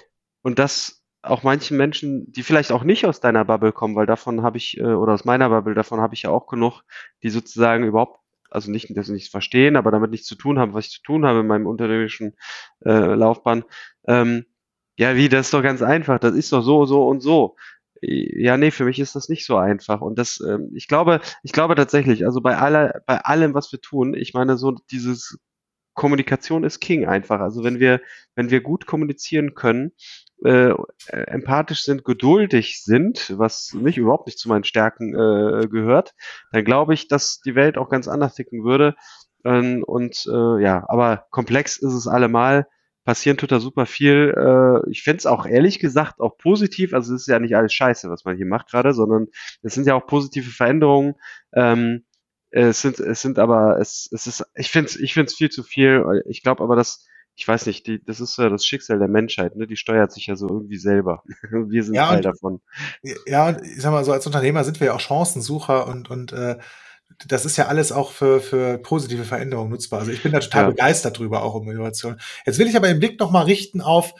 Und das auch manchen Menschen, die vielleicht auch nicht aus deiner Bubble kommen, weil davon habe ich, oder aus meiner Bubble, davon habe ich ja auch genug, die sozusagen überhaupt, also nicht, dass sie nichts verstehen, aber damit nichts zu tun haben, was ich zu tun habe in meinem unternehmerischen äh, Laufbahn. Ähm, ja, wie, das ist doch ganz einfach, das ist doch so, so und so. Ja, nee, für mich ist das nicht so einfach. Und das, ähm, ich glaube, ich glaube tatsächlich, also bei aller, bei allem, was wir tun, ich meine, so dieses Kommunikation ist King einfach. Also wenn wir, wenn wir gut kommunizieren können, äh, empathisch sind, geduldig sind, was mich überhaupt nicht zu meinen Stärken äh, gehört, dann glaube ich, dass die Welt auch ganz anders ticken würde. Ähm, und äh, ja, aber komplex ist es allemal. Passieren tut da super viel. Äh, ich find's auch ehrlich gesagt auch positiv. Also es ist ja nicht alles Scheiße, was man hier macht gerade, sondern es sind ja auch positive Veränderungen. Ähm, es sind, es sind aber, es, es ist, ich find's, ich find's viel zu viel. Ich glaube aber, dass, ich weiß nicht, die, das ist ja das Schicksal der Menschheit, ne? Die steuert sich ja so irgendwie selber. Wir sind ja, Teil und, davon. Ja, und ich sag mal, so als Unternehmer sind wir ja auch Chancensucher und, und äh, das ist ja alles auch für, für positive Veränderungen nutzbar. Also ich bin da total ja. begeistert drüber, auch um Innovation. Jetzt will ich aber den Blick noch mal richten auf,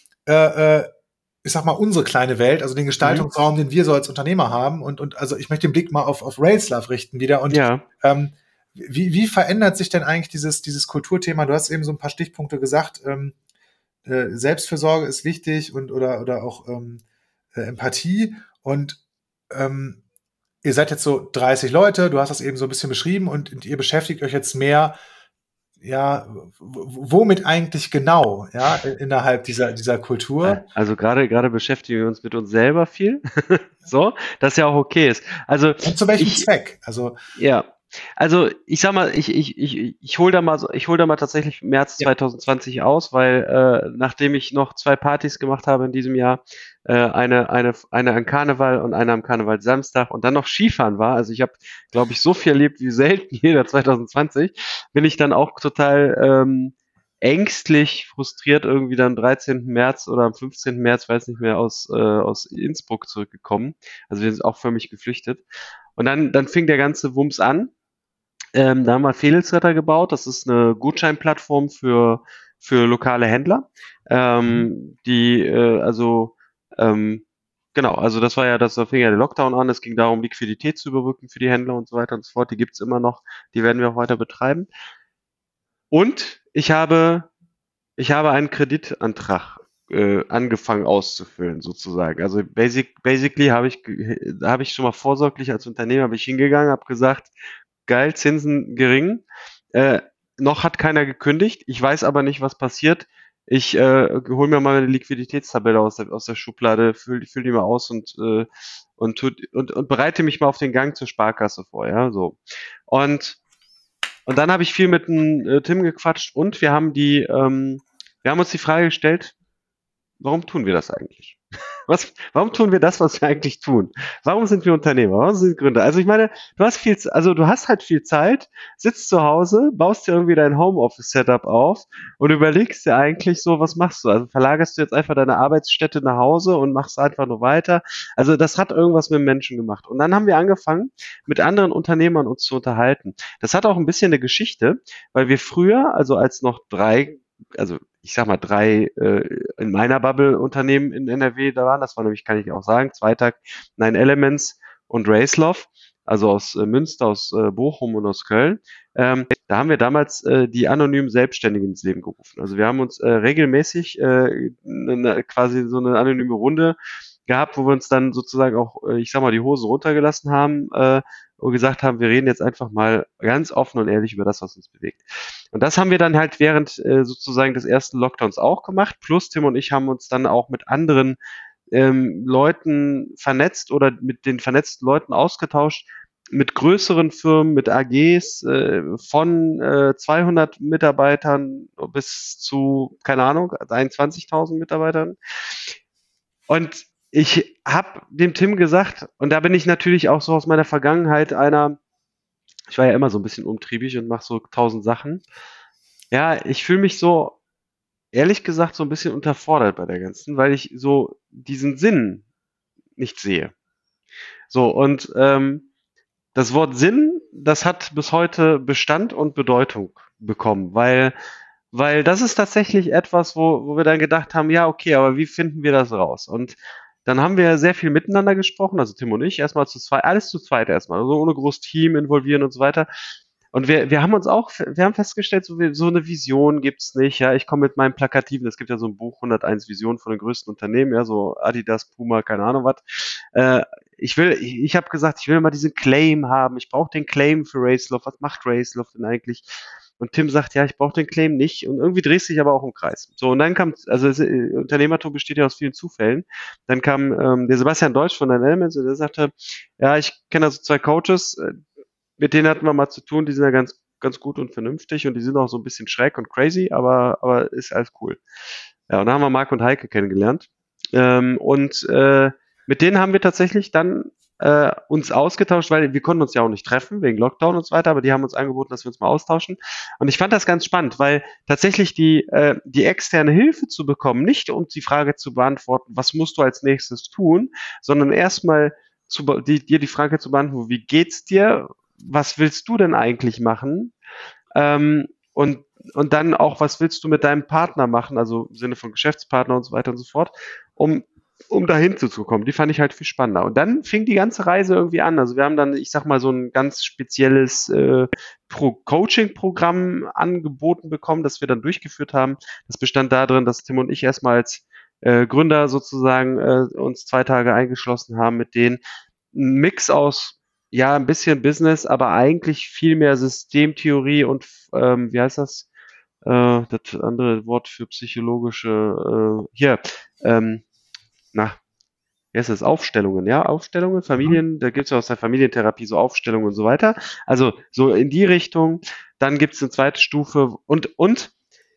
äh, äh, ich sag mal, unsere kleine Welt, also den Gestaltungsraum, mhm. den wir so als Unternehmer haben. Und, und also ich möchte den Blick mal auf, auf Railslove richten wieder. Und ja. ähm, wie, wie verändert sich denn eigentlich dieses, dieses Kulturthema? Du hast eben so ein paar Stichpunkte gesagt. Ähm, äh, Selbstfürsorge ist wichtig und oder, oder auch ähm, äh, Empathie. Und ähm, ihr seid jetzt so dreißig Leute, du hast das eben so ein bisschen beschrieben und, und ihr beschäftigt euch jetzt mehr ja, womit eigentlich genau, ja, innerhalb dieser, dieser Kultur? Also gerade, gerade beschäftigen wir uns mit uns selber viel. So, das ja auch okay ist. Also Und zu welchem ich, Zweck? Also, ja, also ich sag mal, ich, ich, ich, ich hole da mal so, ich hole da mal tatsächlich März ja, zwanzig zwanzig aus, weil äh, nachdem ich noch zwei Partys gemacht habe in diesem Jahr, äh, eine, eine, eine an Karneval und eine am Karneval Samstag und dann noch Skifahren war, also ich habe, glaube ich, so viel erlebt wie selten jeder zwanzig zwanzig, bin ich dann auch total ähm, ängstlich, frustriert irgendwie dann am dreizehnten März oder am fünfzehnten März, weiß nicht mehr, aus, äh, aus Innsbruck zurückgekommen. Also wir sind auch für mich geflüchtet. Und dann, dann fing der ganze Wumms an. Ähm, da haben wir Felixretter gebaut. Das ist eine Gutscheinplattform für, für lokale Händler. mhm. Ähm, die, äh, also, ähm, genau, also das war ja, das da fing ja der Lockdown an. Es ging darum, Liquidität zu überbrücken für die Händler und so weiter und so fort. Die gibt's immer noch. Die werden wir auch weiter betreiben. Und ich habe, ich habe einen Kreditantrag äh, angefangen auszufüllen, sozusagen. Also basic, basically habe ich, ge- da habe ich schon mal vorsorglich als Unternehmer bin ich hingegangen, habe gesagt, geil, Zinsen gering. Äh, noch hat keiner gekündigt. Ich weiß aber nicht, was passiert. Ich äh, hole mir mal eine Liquiditätstabelle aus der, aus der Schublade, fülle füll die mal aus und, äh, und, tut, und, und bereite mich mal auf den Gang zur Sparkasse vor. Ja, so. Und, und dann habe ich viel mit dem äh, Tim gequatscht und wir haben die, ähm, wir haben uns die Frage gestellt, warum tun wir das eigentlich? Was, warum tun wir das, was wir eigentlich tun? Warum sind wir Unternehmer? Warum sind wir Gründer? Also ich meine, du hast viel, also du hast halt viel Zeit, sitzt zu Hause, baust dir irgendwie dein Homeoffice-Setup auf und überlegst dir eigentlich so, was machst du? Also verlagerst du jetzt einfach deine Arbeitsstätte nach Hause und machst einfach nur weiter? Also das hat irgendwas mit Menschen gemacht. Und dann haben wir angefangen, mit anderen Unternehmern uns zu unterhalten. Das hat auch ein bisschen eine Geschichte, weil wir früher, also als noch drei, also ich sag mal, drei äh, in meiner Bubble Unternehmen in N R W da waren. Das war nämlich, kann ich auch sagen, Zweitag, Nine Elements und Raceloff, also aus äh, Münster, aus äh, Bochum und aus Köln. Ähm, da haben wir damals äh, die anonymen Selbstständigen ins Leben gerufen. Also wir haben uns äh, regelmäßig äh, eine, quasi so eine anonyme Runde gehabt, wo wir uns dann sozusagen auch, äh, ich sag mal, die Hosen runtergelassen haben äh, und gesagt haben, wir reden jetzt einfach mal ganz offen und ehrlich über das, was uns bewegt. Und das haben wir dann halt während äh, sozusagen des ersten Lockdowns auch gemacht. Plus Tim und ich haben uns dann auch mit anderen ähm, Leuten vernetzt oder mit den vernetzten Leuten ausgetauscht, mit größeren Firmen, mit A Gs äh, von äh, zweihundert Mitarbeitern bis zu, keine Ahnung, einundzwanzigtausend Mitarbeitern. Und ich habe dem Tim gesagt, und da bin ich natürlich auch so aus meiner Vergangenheit einer, ich war ja immer so ein bisschen umtriebig und mache so tausend Sachen. Ja, ich fühle mich so, ehrlich gesagt, so ein bisschen unterfordert bei der ganzen, weil ich so diesen Sinn nicht sehe. So, und ähm, das Wort Sinn, das hat bis heute Bestand und Bedeutung bekommen, weil, weil das ist tatsächlich etwas, wo, wo wir dann gedacht haben, ja, okay, aber wie finden wir das raus? Und dann haben wir sehr viel miteinander gesprochen, also Tim und ich, erstmal zu zweit, alles zu zweit erstmal, also ohne groß Team involvieren und so weiter. Und wir, wir haben uns auch, wir haben festgestellt, so, so eine Vision gibt's nicht. Ja, ich komme mit meinem Plakativen, es gibt ja so ein Buch hunderteins Visionen von den größten Unternehmen, ja, so Adidas, Puma, keine Ahnung was. Äh, ich will, ich, ich habe gesagt, ich will mal diesen Claim haben. Ich brauche den Claim für Raceloff. Was macht Raceloff denn eigentlich? Und Tim sagt, ja, ich brauche den Claim nicht. Und irgendwie drehst du dich aber auch im Kreis. So, und dann kam, also das, äh, Unternehmertum besteht ja aus vielen Zufällen. Dann kam ähm, der Sebastian Deutsch von den Elements und der sagte, ja, ich kenne also zwei Coaches, äh, mit denen hatten wir mal zu tun, die sind ja ganz, ganz gut und vernünftig und die sind auch so ein bisschen schräg und crazy, aber, aber ist alles cool. Ja, und dann haben wir Marc und Heike kennengelernt. Ähm, und äh, mit denen haben wir tatsächlich dann äh, uns ausgetauscht, weil wir konnten uns ja auch nicht treffen, wegen Lockdown und so weiter, aber die haben uns angeboten, dass wir uns mal austauschen. Und ich fand das ganz spannend, weil tatsächlich die, äh, die externe Hilfe zu bekommen, nicht um die Frage zu beantworten, was musst du als nächstes tun, sondern erstmal zu, die, dir die Frage zu beantworten, wie geht's dir? Was willst du denn eigentlich machen? Ähm, und, und dann auch, was willst du mit deinem Partner machen, also im Sinne von Geschäftspartner und so weiter und so fort, um, um dahin zu kommen. Die fand ich halt viel spannender. Und dann fing die ganze Reise irgendwie an. Also wir haben dann, ich sag mal, so ein ganz spezielles äh, Pro Coaching-Programm angeboten bekommen, das wir dann durchgeführt haben. Das bestand darin, dass Tim und ich erstmal als äh, Gründer sozusagen äh, uns zwei Tage eingeschlossen haben, mit denen ein Mix aus ja, ein bisschen Business, aber eigentlich viel mehr Systemtheorie und ähm, wie heißt das? äh, das andere Wort für psychologische, äh, hier, ähm, na, wie heißt das? Aufstellungen, ja, Aufstellungen, Mhm. Familien, da gibt es ja aus der Familientherapie so Aufstellungen und so weiter. Also so in die Richtung. Dann gibt es eine zweite Stufe und, und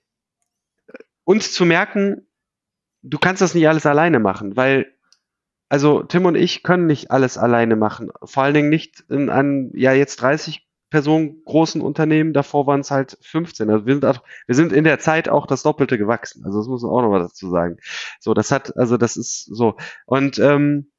uns zu merken, du kannst das nicht alles alleine machen, weil also Tim und ich können nicht alles alleine machen. Vor allen Dingen nicht in einem, ja jetzt dreißig Personen großen Unternehmen, davor waren es halt fünfzehn. Also wir sind auch, wir sind in der Zeit auch das Doppelte gewachsen. Also das muss man auch noch mal dazu sagen. So, das hat, also das ist so. Und ähm,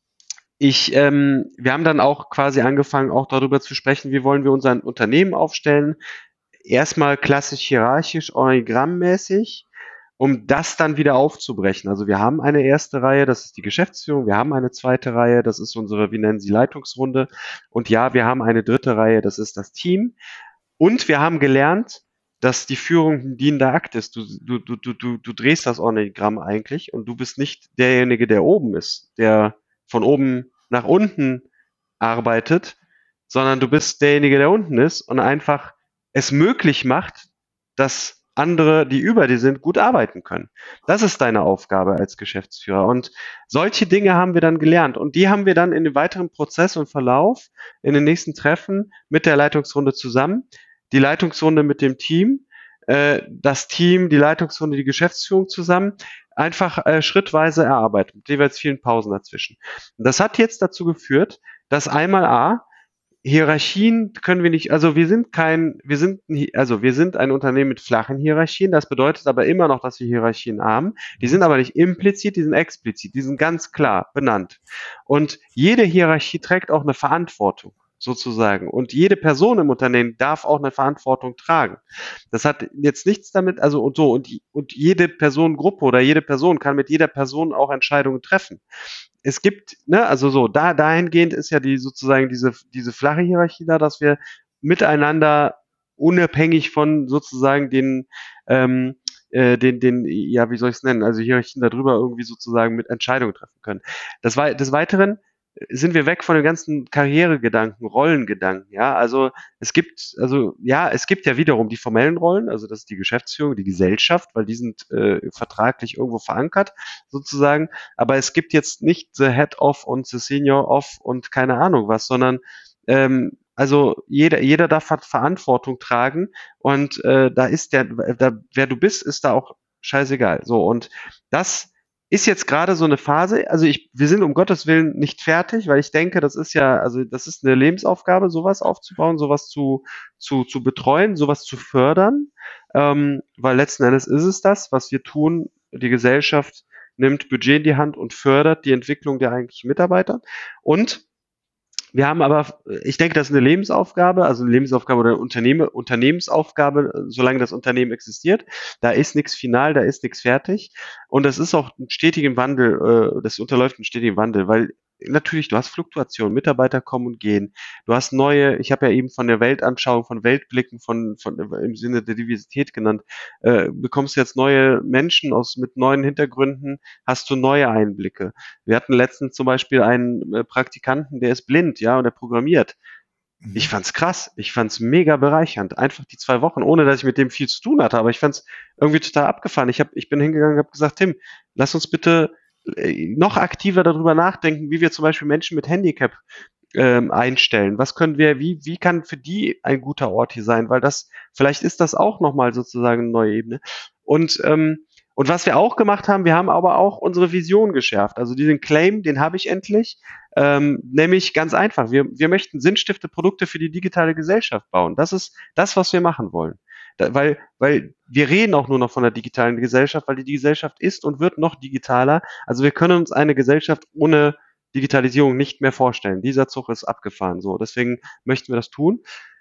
ich, ähm, wir haben dann auch quasi angefangen, auch darüber zu sprechen, wie wollen wir unser Unternehmen aufstellen. Erstmal klassisch hierarchisch, organigrammmäßig, um das dann wieder aufzubrechen. Also wir haben eine erste Reihe, das ist die Geschäftsführung, wir haben eine zweite Reihe, das ist unsere, wie nennen Sie, Leitungsrunde. Und ja, wir haben eine dritte Reihe, das ist das Team. Und wir haben gelernt, dass die Führung ein dienender Akt ist. Du, du, du, du, du, du drehst das Organigramm eigentlich und du bist nicht derjenige, der oben ist, der von oben nach unten arbeitet, sondern du bist derjenige, der unten ist und einfach es möglich macht, dass andere, die über dir sind, gut arbeiten können. Das ist deine Aufgabe als Geschäftsführer. Und solche Dinge haben wir dann gelernt. Und die haben wir dann in dem weiteren Prozess und Verlauf in den nächsten Treffen mit der Leitungsrunde zusammen, die Leitungsrunde mit dem Team, äh, das Team, die Leitungsrunde, die Geschäftsführung zusammen, einfach äh, schrittweise erarbeitet, mit jeweils vielen Pausen dazwischen. Und das hat jetzt dazu geführt, dass einmal A, Hierarchien können wir nicht, also wir sind kein, wir sind, also wir sind ein Unternehmen mit flachen Hierarchien. Das bedeutet aber immer noch, dass wir Hierarchien haben. Die sind aber nicht implizit, die sind explizit, die sind ganz klar benannt. Und jede Hierarchie trägt auch eine Verantwortung, sozusagen. Und jede Person im Unternehmen darf auch eine Verantwortung tragen. Das hat jetzt nichts damit, also und so, und, und jede Personengruppe oder jede Person kann mit jeder Person auch Entscheidungen treffen. Es gibt, ne, also so, da, dahingehend ist ja die sozusagen diese, diese flache Hierarchie da, dass wir miteinander unabhängig von sozusagen den, ähm, äh, den, den, ja, wie soll ich es nennen, also Hierarchien darüber irgendwie sozusagen mit Entscheidungen treffen können. Das war des Weiteren sind wir weg von den ganzen Karrieregedanken, Rollengedanken, ja, also es gibt, also ja, es gibt ja wiederum die formellen Rollen, also das ist die Geschäftsführung, die Gesellschaft, weil die sind äh, vertraglich irgendwo verankert, sozusagen, aber es gibt jetzt nicht the Head of und the Senior of und keine Ahnung was, sondern ähm, also jeder, jeder darf Verantwortung tragen und äh, da ist der, da, wer du bist, ist da auch scheißegal. So, und das ist jetzt gerade so eine Phase, also ich, wir sind um Gottes Willen nicht fertig, weil ich denke, das ist ja, also das ist eine Lebensaufgabe, sowas aufzubauen, sowas zu, zu, zu betreuen, sowas zu fördern, ähm, weil letzten Endes ist es das, was wir tun, die Gesellschaft nimmt Budget in die Hand und fördert die Entwicklung der eigentlichen Mitarbeiter. Und wir haben aber, ich denke, das ist eine Lebensaufgabe, also eine Lebensaufgabe oder eine Unternehmen, Unternehmensaufgabe, solange das Unternehmen existiert. Da ist nichts final, da ist nichts fertig. Und das ist auch ein stetigen Wandel, äh, das unterläuft einen stetigen Wandel, weil natürlich, du hast Fluktuation, Mitarbeiter kommen und gehen. Du hast neue, ich habe ja eben von der Weltanschauung, von Weltblicken, von, von im Sinne der Diversität genannt, äh, bekommst du jetzt neue Menschen aus mit neuen Hintergründen, hast du neue Einblicke. Wir hatten letztens zum Beispiel einen äh, Praktikanten, der ist blind, ja, und der programmiert. Ich Mhm. fand's krass, ich fand's mega bereichernd. Einfach die zwei Wochen, ohne dass ich mit dem viel zu tun hatte, aber ich fand's irgendwie total abgefahren. Ich hab, ich bin hingegangen und habe gesagt, Tim, lass uns bitte äh, noch aktiver darüber nachdenken, wie wir zum Beispiel Menschen mit Handicap ähm, einstellen. Was können wir, wie, wie kann für die ein guter Ort hier sein? Weil das, vielleicht ist das auch nochmal sozusagen eine neue Ebene. Und, ähm, und was wir auch gemacht haben, wir haben aber auch unsere Vision geschärft. Also diesen Claim, den habe ich endlich. Ähm, nämlich ganz einfach. Wir, wir möchten sinnstiftende Produkte für die digitale Gesellschaft bauen. Das ist das, was wir machen wollen. Da, weil, weil wir reden auch nur noch von der digitalen Gesellschaft, weil die Gesellschaft ist und wird noch digitaler. Also wir können uns eine Gesellschaft ohne Digitalisierung nicht mehr vorstellen. Dieser Zug ist abgefahren. So, deswegen möchten wir das tun.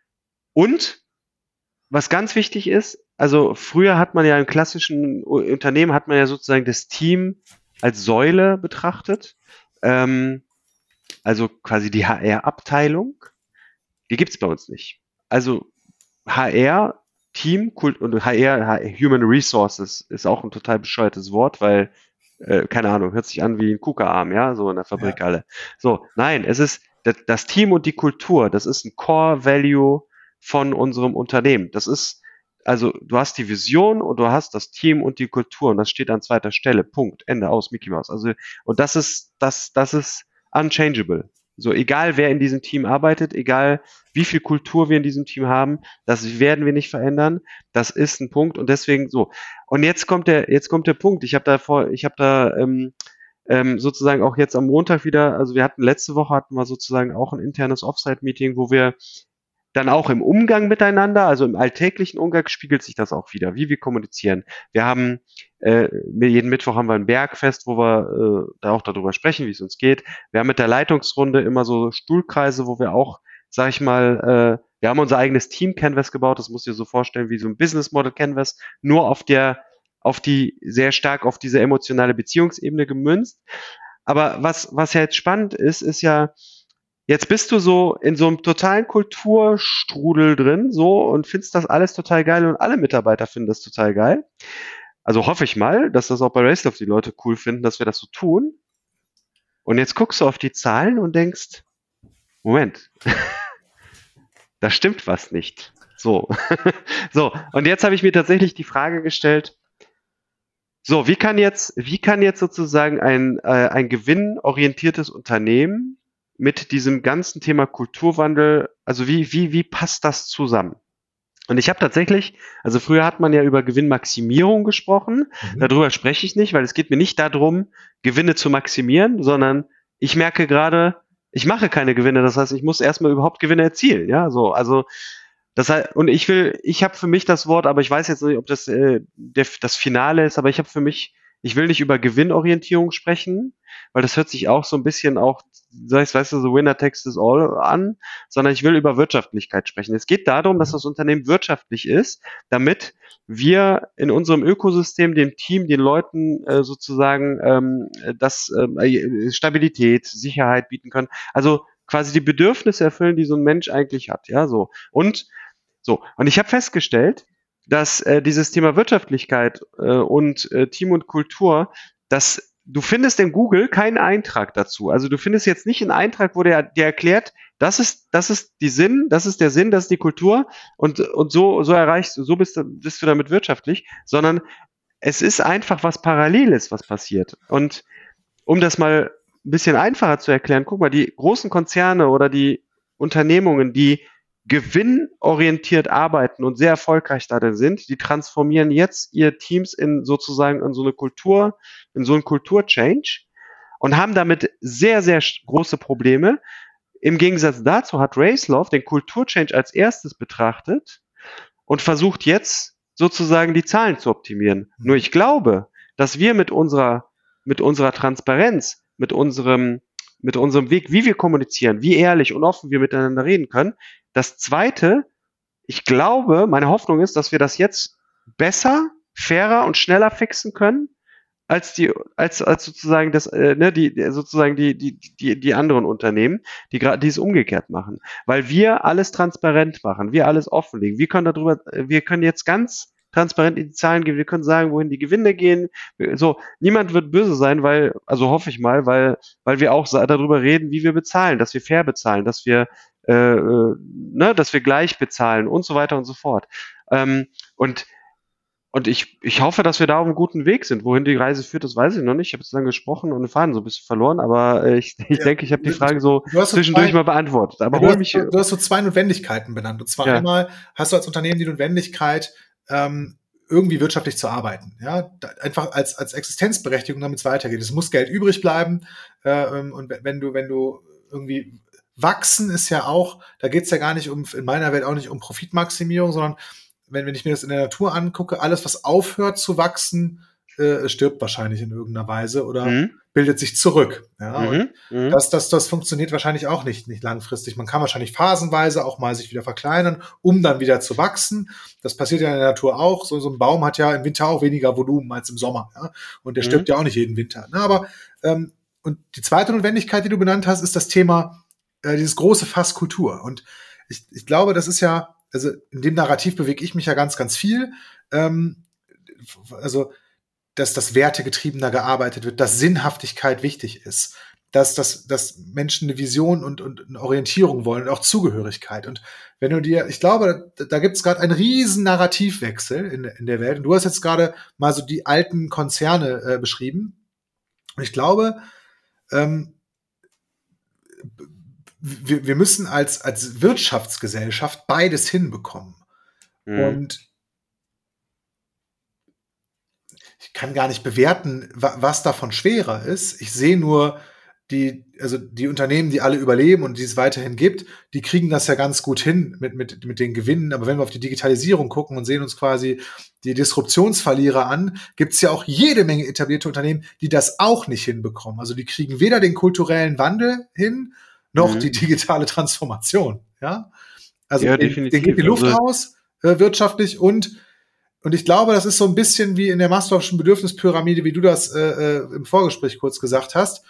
Und was ganz wichtig ist, also früher hat man ja im klassischen Unternehmen hat man ja sozusagen das Team als Säule betrachtet. Ähm, also quasi die H R-Abteilung. Die gibt's bei uns nicht. Also H R, Team, Kult und H R, Human Resources ist auch ein total bescheuertes Wort, weil äh, keine Ahnung, hört sich an wie ein Kuka-Arm, ja, so in der Ja. Fabrikhalle. So, nein, es ist das, das Team und die Kultur, das ist ein Core-Value von unserem Unternehmen. Das ist also du hast die Vision und du hast das Team und die Kultur und das steht an zweiter Stelle. Punkt. Ende aus, Mickey Mouse. Also, und das ist, das, das ist unchangeable. So, egal wer in diesem Team arbeitet, egal wie viel Kultur wir in diesem Team haben, das werden wir nicht verändern. Das ist ein Punkt und deswegen so. Und jetzt kommt der, jetzt kommt der Punkt. Ich habe da vor, ich habe da ähm, ähm, sozusagen auch jetzt am Montag wieder, also wir hatten letzte Woche hatten wir sozusagen auch ein internes Offsite-Meeting, wo wir dann auch im Umgang miteinander, also im alltäglichen Umgang spiegelt sich das auch wieder, wie wir kommunizieren. Wir haben äh, jeden Mittwoch haben wir ein Bergfest, wo wir äh, da auch darüber sprechen, wie es uns geht. Wir haben mit der Leitungsrunde immer so Stuhlkreise, wo wir auch, sag ich mal, äh, wir haben unser eigenes Team-Canvas gebaut, das musst du dir so vorstellen wie so ein Business-Model-Canvas, nur auf der, auf die, sehr stark auf diese emotionale Beziehungsebene gemünzt. Aber was, was ja jetzt spannend ist, ist ja, jetzt bist du so in so einem totalen Kulturstrudel drin, so, und findest das alles total geil und alle Mitarbeiter finden das total geil. Also hoffe ich mal, dass das auch bei Racelove die Leute cool finden, dass wir das so tun. Und jetzt guckst du auf die Zahlen und denkst, Moment, da stimmt was nicht. So. So. Und jetzt habe ich mir tatsächlich die Frage gestellt, so, wie kann jetzt, wie kann jetzt sozusagen ein, äh, ein gewinnorientiertes Unternehmen mit diesem ganzen Thema Kulturwandel, also wie, wie, wie passt das zusammen? Und ich habe tatsächlich, also früher hat man ja über Gewinnmaximierung gesprochen, mhm. darüber spreche ich nicht, weil es geht mir nicht darum, Gewinne zu maximieren, sondern ich merke gerade, ich mache keine Gewinne, das heißt, ich muss erstmal überhaupt Gewinne erzielen, ja, so, also das heißt, und ich will, ich habe für mich das Wort, aber ich weiß jetzt nicht, ob das äh, der, das Finale ist, aber ich habe für mich, ich will nicht über Gewinnorientierung sprechen, weil das hört sich auch so ein bisschen auch, weißt du, so Winner takes it all an, sondern ich will über Wirtschaftlichkeit sprechen. Es geht darum, dass das Unternehmen wirtschaftlich ist, damit wir in unserem Ökosystem dem Team, den Leuten äh, sozusagen ähm, das äh, Stabilität, Sicherheit bieten können. Also quasi die Bedürfnisse erfüllen, die so ein Mensch eigentlich hat. Ja, so. Und so. Und ich habe festgestellt, dass äh, dieses Thema Wirtschaftlichkeit äh, und äh, Team und Kultur, dass du findest in Google keinen Eintrag dazu. Also du findest jetzt nicht einen Eintrag, wo der, der erklärt, das ist, das ist die Sinn, das ist der Sinn, das ist die Kultur und, und so, so erreichst du, so bist du, bist du damit wirtschaftlich, sondern es ist einfach was Paralleles, was passiert. Und um das mal ein bisschen einfacher zu erklären, guck mal, die großen Konzerne oder die Unternehmungen, die gewinnorientiert arbeiten und sehr erfolgreich darin sind, die transformieren jetzt ihr Teams in sozusagen in so eine Kultur, in so einen Kulturchange und haben damit sehr, sehr große Probleme. Im Gegensatz dazu hat Racelove den Kulturchange als erstes betrachtet und versucht jetzt sozusagen die Zahlen zu optimieren. Mhm. Nur ich glaube, dass wir mit unserer, mit unserer Transparenz, mit unserem, mit unserem Weg, wie wir kommunizieren, wie ehrlich und offen wir miteinander reden können. Das Zweite, ich glaube, meine Hoffnung ist, dass wir das jetzt besser, fairer und schneller fixen können, als die, als, als sozusagen das, äh, ne, die, sozusagen die, die, die, die anderen Unternehmen, die gerade, die es umgekehrt machen. Weil wir alles transparent machen, wir alles offenlegen. Wir können darüber, wir können jetzt ganz transparent in die Zahlen gehen, wir können sagen, wohin die Gewinne gehen. So, niemand wird böse sein, weil, also hoffe ich mal, weil, weil wir auch darüber reden, wie wir bezahlen, dass wir fair bezahlen, dass wir, äh, ne, dass wir gleich bezahlen und so weiter und so fort. Ähm, und Und ich, ich hoffe, dass wir da auf einem guten Weg sind. Wohin die Reise führt, das weiß ich noch nicht. Ich habe jetzt lange gesprochen und den Faden so ein bisschen verloren, aber äh, ich, ich ja, denke, ich habe die Frage so zwischendurch so zwei, mal beantwortet. Aber du, hol hast, mich, du hast so zwei Notwendigkeiten benannt. Und zwar ja. einmal hast du als Unternehmen die Notwendigkeit, ähm, irgendwie wirtschaftlich zu arbeiten. Ja, da, einfach als, als Existenzberechtigung, damit es weitergeht. Es muss Geld übrig bleiben. Äh, und wenn du, wenn du irgendwie wachsen ist ja auch, da geht es ja gar nicht um, in meiner Welt auch nicht um Profitmaximierung, sondern Wenn, wenn ich mir das in der Natur angucke, alles, was aufhört zu wachsen, äh, stirbt wahrscheinlich in irgendeiner Weise oder mhm. bildet sich zurück. Ja? Mhm. Und mhm. das, das, das funktioniert wahrscheinlich auch nicht, nicht langfristig. Man kann wahrscheinlich phasenweise auch mal sich wieder verkleinern, um dann wieder zu wachsen. Das passiert ja in der Natur auch. So, so ein Baum hat ja im Winter auch weniger Volumen als im Sommer. Ja? Und der mhm. stirbt ja auch nicht jeden Winter. Ne? Aber ähm, und die zweite Notwendigkeit, die du benannt hast, ist das Thema äh, dieses große Fass Kultur. Und ich, ich glaube, das ist ja also in dem Narrativ bewege ich mich ja ganz, ganz viel. Ähm, also, dass das wertegetriebener gearbeitet wird, dass Sinnhaftigkeit wichtig ist, dass, dass, dass Menschen eine Vision und, und eine Orientierung wollen und auch Zugehörigkeit. Und wenn du dir, ich glaube, da, da gibt es gerade einen riesen Narrativwechsel in, in der Welt. Und du hast jetzt gerade mal so die alten Konzerne äh, beschrieben. Und ich glaube, ähm, wir, wir müssen als, als Wirtschaftsgesellschaft beides hinbekommen. Mhm. Und ich kann gar nicht bewerten, wa- was davon schwerer ist. Ich sehe nur, die, also die Unternehmen, die alle überleben und die es weiterhin gibt, die kriegen das ja ganz gut hin mit, mit, mit den Gewinnen. Aber wenn wir auf die Digitalisierung gucken und sehen uns quasi die Disruptionsverlierer an, gibt es ja auch jede Menge etablierte Unternehmen, die das auch nicht hinbekommen. Also die kriegen weder den kulturellen Wandel hin, noch Mhm. die digitale Transformation. Ja, also Ja, denen, denen geht die definitiv. Luft Also, aus, äh, wirtschaftlich und und ich glaube, das ist so ein bisschen wie in der Maslow'schen Bedürfnispyramide, wie du das äh, äh, im Vorgespräch kurz gesagt hast.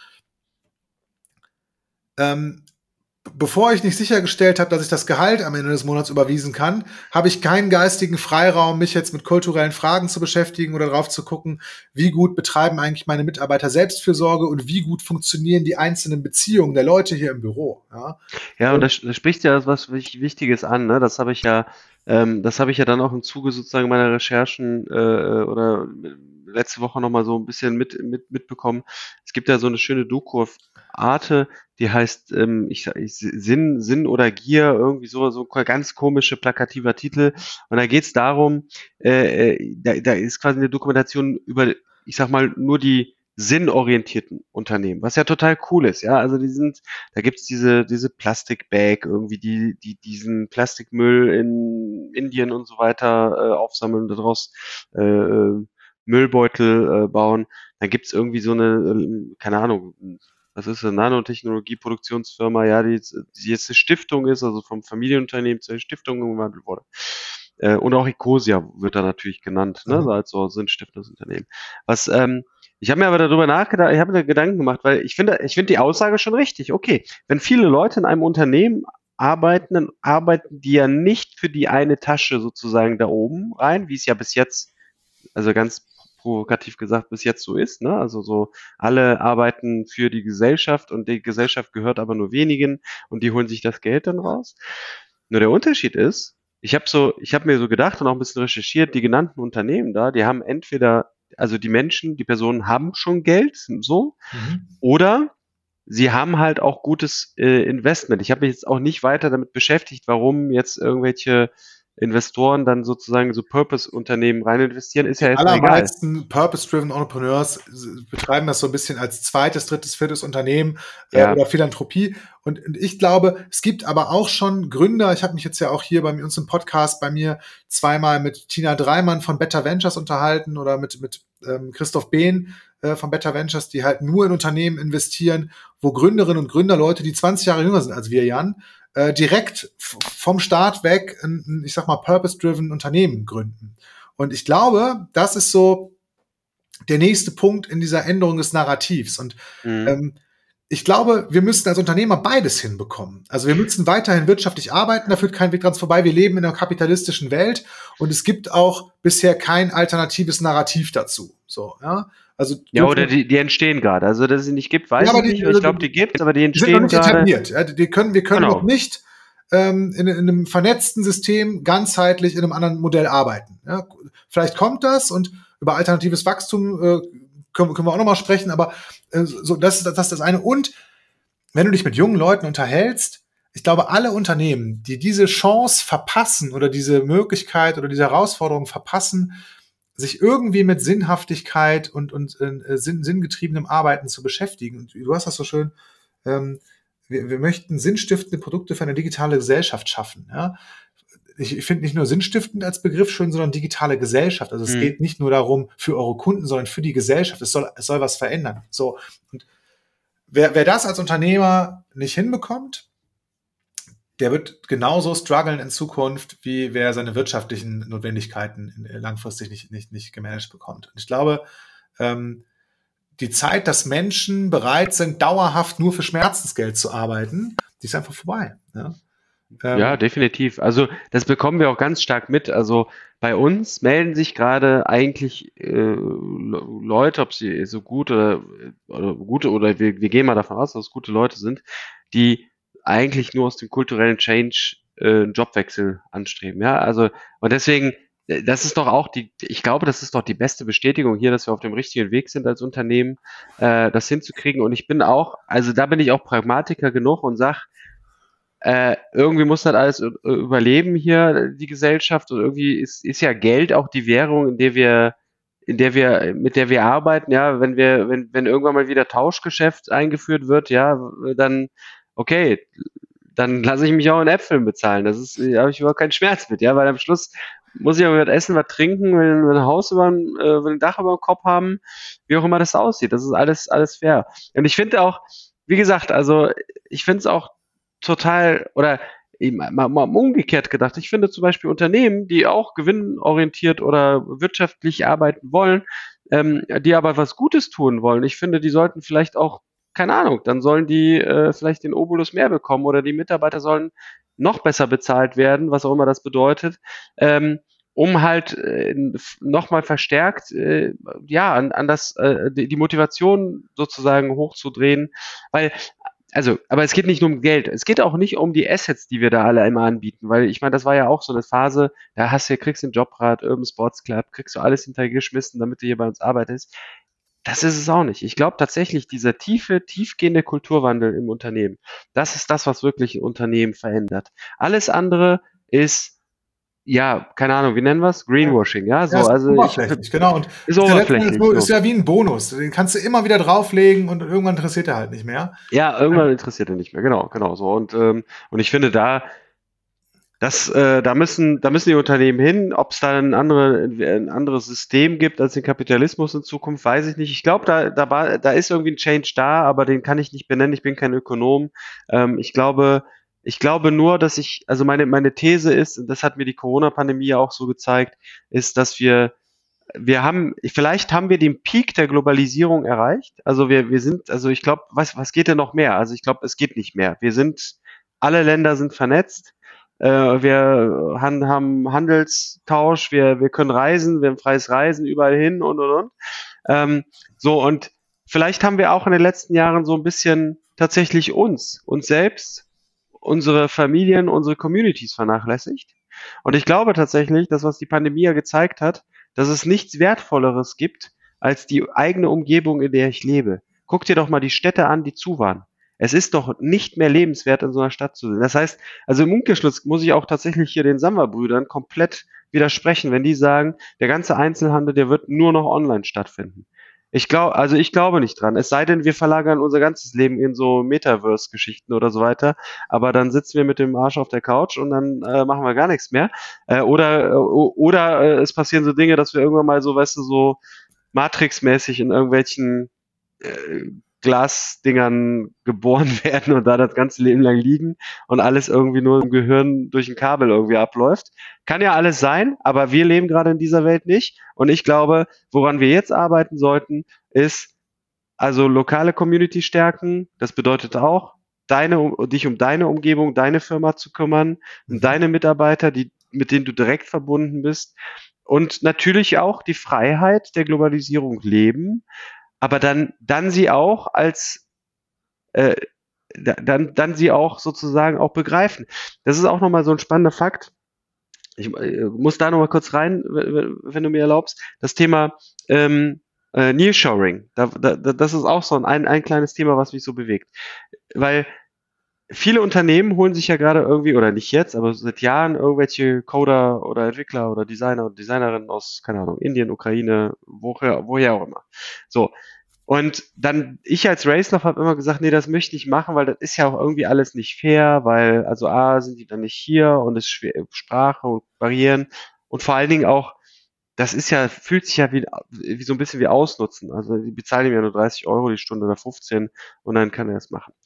Ähm, bevor ich nicht sichergestellt habe, dass ich das Gehalt am Ende des Monats überwiesen kann, habe ich keinen geistigen Freiraum, mich jetzt mit kulturellen Fragen zu beschäftigen oder darauf zu gucken, wie gut betreiben eigentlich meine Mitarbeiter Selbstfürsorge und wie gut funktionieren die einzelnen Beziehungen der Leute hier im Büro. Ja, ja, und und, das, das spricht ja was Wich- Wichtiges an, ne? Das habe ich ja, ähm, das habe ich ja dann auch im Zuge sozusagen meiner Recherchen äh, oder letzte Woche nochmal so ein bisschen mit, mit, mitbekommen. Es gibt ja so eine schöne Doku auf Arte, die heißt, ähm, ich, sag- ich, Sinn, Sinn oder Gier, irgendwie so, so ein ganz komische, plakativer Titel. Und da geht's darum, äh, äh, da, da ist quasi eine Dokumentation über, ich sag mal, nur die sinnorientierten Unternehmen, was ja total cool ist, ja. Also die sind, da gibt's diese, diese Plastikbag, irgendwie, die, die diesen Plastikmüll in Indien und so weiter äh, aufsammeln und daraus äh, äh, Müllbeutel äh, bauen. Dann gibt's irgendwie so eine, äh, keine Ahnung, was ist eine Nanotechnologie-Produktionsfirma, ja, die, jetzt- die jetzt eine Stiftung ist, also vom Familienunternehmen zur Stiftung umgewandelt wurde. Äh, und auch Ecosia wird da natürlich genannt, ne, so als so Sinnstiftungsunternehmen. Was, ähm, ich habe mir aber darüber nachgedacht, ich habe mir Gedanken gemacht, weil ich finde, ich finde die Aussage schon richtig. Okay, wenn viele Leute in einem Unternehmen arbeiten, dann arbeiten die ja nicht für die eine Tasche sozusagen da oben rein, wie es ja bis jetzt, also ganz provokativ gesagt, bis jetzt so ist, ne? Also so, alle arbeiten für die Gesellschaft und die Gesellschaft gehört aber nur wenigen und die holen sich das Geld dann raus. Nur der Unterschied ist, ich habe so, ich habe mir so gedacht und auch ein bisschen recherchiert, die genannten Unternehmen da, die haben entweder, also die Menschen, die Personen haben schon Geld, so, mhm. oder sie haben halt auch gutes äh, Investment. Ich habe mich jetzt auch nicht weiter damit beschäftigt, warum jetzt irgendwelche Investoren dann sozusagen so Purpose-Unternehmen rein investieren, ist ja Die erstmal egal. allermeisten Purpose-Driven Entrepreneurs s- betreiben das so ein bisschen als zweites, drittes, viertes Unternehmen äh, Ja, oder Philanthropie. Und, und ich glaube, es gibt aber auch schon Gründer. Ich habe mich jetzt ja auch hier bei uns im Podcast bei mir zweimal mit Tina Dreimann von Better Ventures unterhalten oder mit, mit ähm, Christoph Behn äh, von Better Ventures, die halt nur in Unternehmen investieren, wo Gründerinnen und Gründer, Leute, die zwanzig Jahre jünger sind als wir, Jan, äh, direkt f- vom Start weg ein, ein, ich sag mal, Purpose-Driven Unternehmen gründen. Und ich glaube, das ist so der nächste Punkt in dieser Änderung des Narrativs. Und mhm. ähm, ich glaube, wir müssen als Unternehmer beides hinbekommen. Also wir müssen weiterhin wirtschaftlich arbeiten, da führt kein Weg dran vorbei. Wir leben in einer kapitalistischen Welt und es gibt auch bisher kein alternatives Narrativ dazu. So, ja. Also Ja, oder dürfen, die, die entstehen gerade. Also, dass es sie nicht gibt, ja, weiß aber ich die, nicht. Ich glaube, die gibt es, aber die die sind noch entstehen nicht gerade. etabliert. Ja, die können, wir können noch Genau. nicht ähm, in, in einem vernetzten System ganzheitlich in einem anderen Modell arbeiten. Ja, vielleicht kommt das und über alternatives Wachstum äh, können, können wir auch noch mal sprechen, aber äh, so, das, ist- das ist das eine. Und wenn du dich mit jungen Leuten unterhältst, ich glaube, alle Unternehmen, die diese Chance verpassen oder diese Möglichkeit oder diese Herausforderung verpassen, sich irgendwie mit Sinnhaftigkeit und, und äh, sinn, sinngetriebenem Arbeiten zu beschäftigen. Und du hast das so schön, ähm, wir, wir möchten sinnstiftende Produkte für eine digitale Gesellschaft schaffen. Ja? Ich, ich finde nicht nur sinnstiftend als Begriff schön, sondern digitale Gesellschaft. Also es Mhm. geht nicht nur darum für eure Kunden, sondern für die Gesellschaft. Es soll, es soll was verändern. So. Und wer, wer das als Unternehmer nicht hinbekommt, der wird genauso strugglen in Zukunft, wie wer seine wirtschaftlichen Notwendigkeiten langfristig nicht, nicht, nicht gemanagt bekommt. Und ich glaube, ähm, die Zeit, dass Menschen bereit sind, dauerhaft nur für Schmerzensgeld zu arbeiten, die ist einfach vorbei. Ja? Ja, Ähm, definitiv. Also das bekommen wir auch ganz stark mit. Also bei uns melden sich gerade eigentlich äh, Le- Leute, ob sie so gut oder, oder gute oder wir, wir gehen mal davon aus, dass es gute Leute sind, die eigentlich nur aus dem kulturellen Change äh, einen Jobwechsel anstreben. Ja, also und deswegen, äh, das ist doch auch die, ich glaube, das ist doch die beste Bestätigung hier, dass wir auf dem richtigen Weg sind als Unternehmen, äh, das hinzukriegen. Und ich bin auch, also da bin ich auch Pragmatiker genug und sag äh, irgendwie muss das alles ü- überleben hier, die Gesellschaft. Und irgendwie ist, ist ja Geld auch die Währung, in der wir, in der wir, mit der wir arbeiten. Ja, wenn wir, wenn, wenn irgendwann mal wieder Tauschgeschäft eingeführt wird, ja, dann, okay, dann lasse ich mich auch in Äpfeln bezahlen. Das ist, da habe ich überhaupt keinen Schmerz mit, ja, weil am Schluss muss ich auch was essen, was trinken, will, will ein Haus über, ein- äh, will ein Dach über dem Kopf haben, wie auch immer das aussieht. Das ist alles, alles fair. Und ich finde auch, wie gesagt, also ich finde es auch total, oder eben mal, mal umgekehrt gedacht, ich finde zum Beispiel Unternehmen, die auch gewinnorientiert oder wirtschaftlich arbeiten wollen, ähm, die aber was Gutes tun wollen, ich finde, die sollten vielleicht auch, keine Ahnung, dann sollen die äh, vielleicht den Obolus mehr bekommen oder die Mitarbeiter sollen noch besser bezahlt werden, was auch immer das bedeutet, ähm, um halt äh, nochmal verstärkt äh, ja an, an das äh, die, die Motivation sozusagen hochzudrehen, weil also, aber es geht nicht nur um Geld. Es geht auch nicht um die Assets, die wir da alle immer anbieten, weil ich meine, das war ja auch so eine Phase, da hast du, kriegst du den Jobrad, Urban Sports Club, kriegst du alles hintergeschmissen, damit du hier bei uns arbeitest. Das ist es auch nicht. Ich glaube tatsächlich, dieser tiefe, tiefgehende Kulturwandel im Unternehmen, das ist das, was wirklich ein Unternehmen verändert. Alles andere ist, ja, keine Ahnung, wie nennen wir es? ja, Greenwashing, ja, ja, so, ist also ich, oberflächlich, genau. Und ist ist ja letzten Endes oberflächlich, nur, ist so. ja wie ein Bonus. Den kannst du immer wieder drauflegen und irgendwann interessiert er halt nicht mehr. Ja, irgendwann interessiert er nicht mehr, genau, genau so. Und, ähm, und ich finde da, Das, äh, da müssen, da müssen die Unternehmen hin. Ob es da ein, andere, ein anderes System gibt als den Kapitalismus in Zukunft, weiß ich nicht. Ich glaube, da, da, war- da ist irgendwie ein Change da, aber den kann ich nicht benennen. Ich bin kein Ökonom. Ähm, ich glaube, ich glaube nur, dass ich, also meine, meine These ist, und das hat mir die Corona-Pandemie ja auch so gezeigt, ist, dass wir, wir haben, vielleicht haben wir den Peak der Globalisierung erreicht. Also wir, wir sind, also ich glaube, was, was geht denn noch mehr? Also ich glaube, es geht nicht mehr. Wir sind, alle Länder sind vernetzt. Äh, wir han, haben Handelstausch, wir, wir können reisen, wir haben freies Reisen überall hin und und und. Ähm, so, und vielleicht haben wir auch in den letzten Jahren so ein bisschen tatsächlich uns, uns selbst, unsere Familien, unsere Communities vernachlässigt. Und ich glaube tatsächlich, dass was die Pandemie ja gezeigt hat, dass es nichts Wertvolleres gibt als die eigene Umgebung, in der ich lebe. Guck dir doch mal die Städte an, die zu waren. Es ist doch nicht mehr lebenswert, in so einer Stadt zu sein. Das heißt, also im Umkehrschluss muss ich auch tatsächlich hier den Samba-Brüdern komplett widersprechen, wenn die sagen, der ganze Einzelhandel, der wird nur noch online stattfinden. Ich glaube, also ich glaube nicht dran. Es sei denn, wir verlagern unser ganzes Leben in so Metaverse-Geschichten oder so weiter. Aber dann sitzen wir mit dem Arsch auf der Couch und dann äh, machen wir gar nichts mehr. Äh, oder äh, oder äh, es passieren so Dinge, dass wir irgendwann mal so, weißt du, so Matrix-mäßig in irgendwelchen äh, Glasdingern geboren werden und da das ganze Leben lang liegen und alles irgendwie nur im Gehirn durch ein Kabel irgendwie abläuft. Kann ja alles sein, aber wir leben gerade in dieser Welt nicht. Und ich glaube, woran wir jetzt arbeiten sollten, ist also lokale Community stärken. Das bedeutet auch, deine, um, dich um deine Umgebung, deine Firma zu kümmern, um Mhm. deine Mitarbeiter, die, mit denen du direkt verbunden bist. Und natürlich auch die Freiheit der Globalisierung leben, aber dann, dann sie auch als, äh, dann, dann sie auch sozusagen auch begreifen. Das ist auch nochmal so ein spannender Fakt. Ich äh, muss da nochmal kurz rein, wenn, wenn du mir erlaubst. Das Thema ähm, äh, Nearshoring. Da, da, das ist auch so ein, ein kleines Thema, was mich so bewegt. Weil viele Unternehmen holen sich ja gerade irgendwie, oder nicht jetzt, aber seit Jahren irgendwelche Coder oder Entwickler oder Designer und Designerinnen aus, keine Ahnung, Indien, Ukraine, woher, woher auch immer. So. Und dann, ich als Racelove habe immer gesagt, nee, das möchte ich machen, weil das ist ja auch irgendwie alles nicht fair, weil, also A, sind die dann nicht hier und es ist schwer, Sprache und Barrieren und vor allen Dingen auch, das ist ja, fühlt sich ja wie, wie so ein bisschen wie Ausnutzen. Also die bezahlen ihm ja nur dreißig Euro die Stunde oder fünfzehn und dann kann er es machen.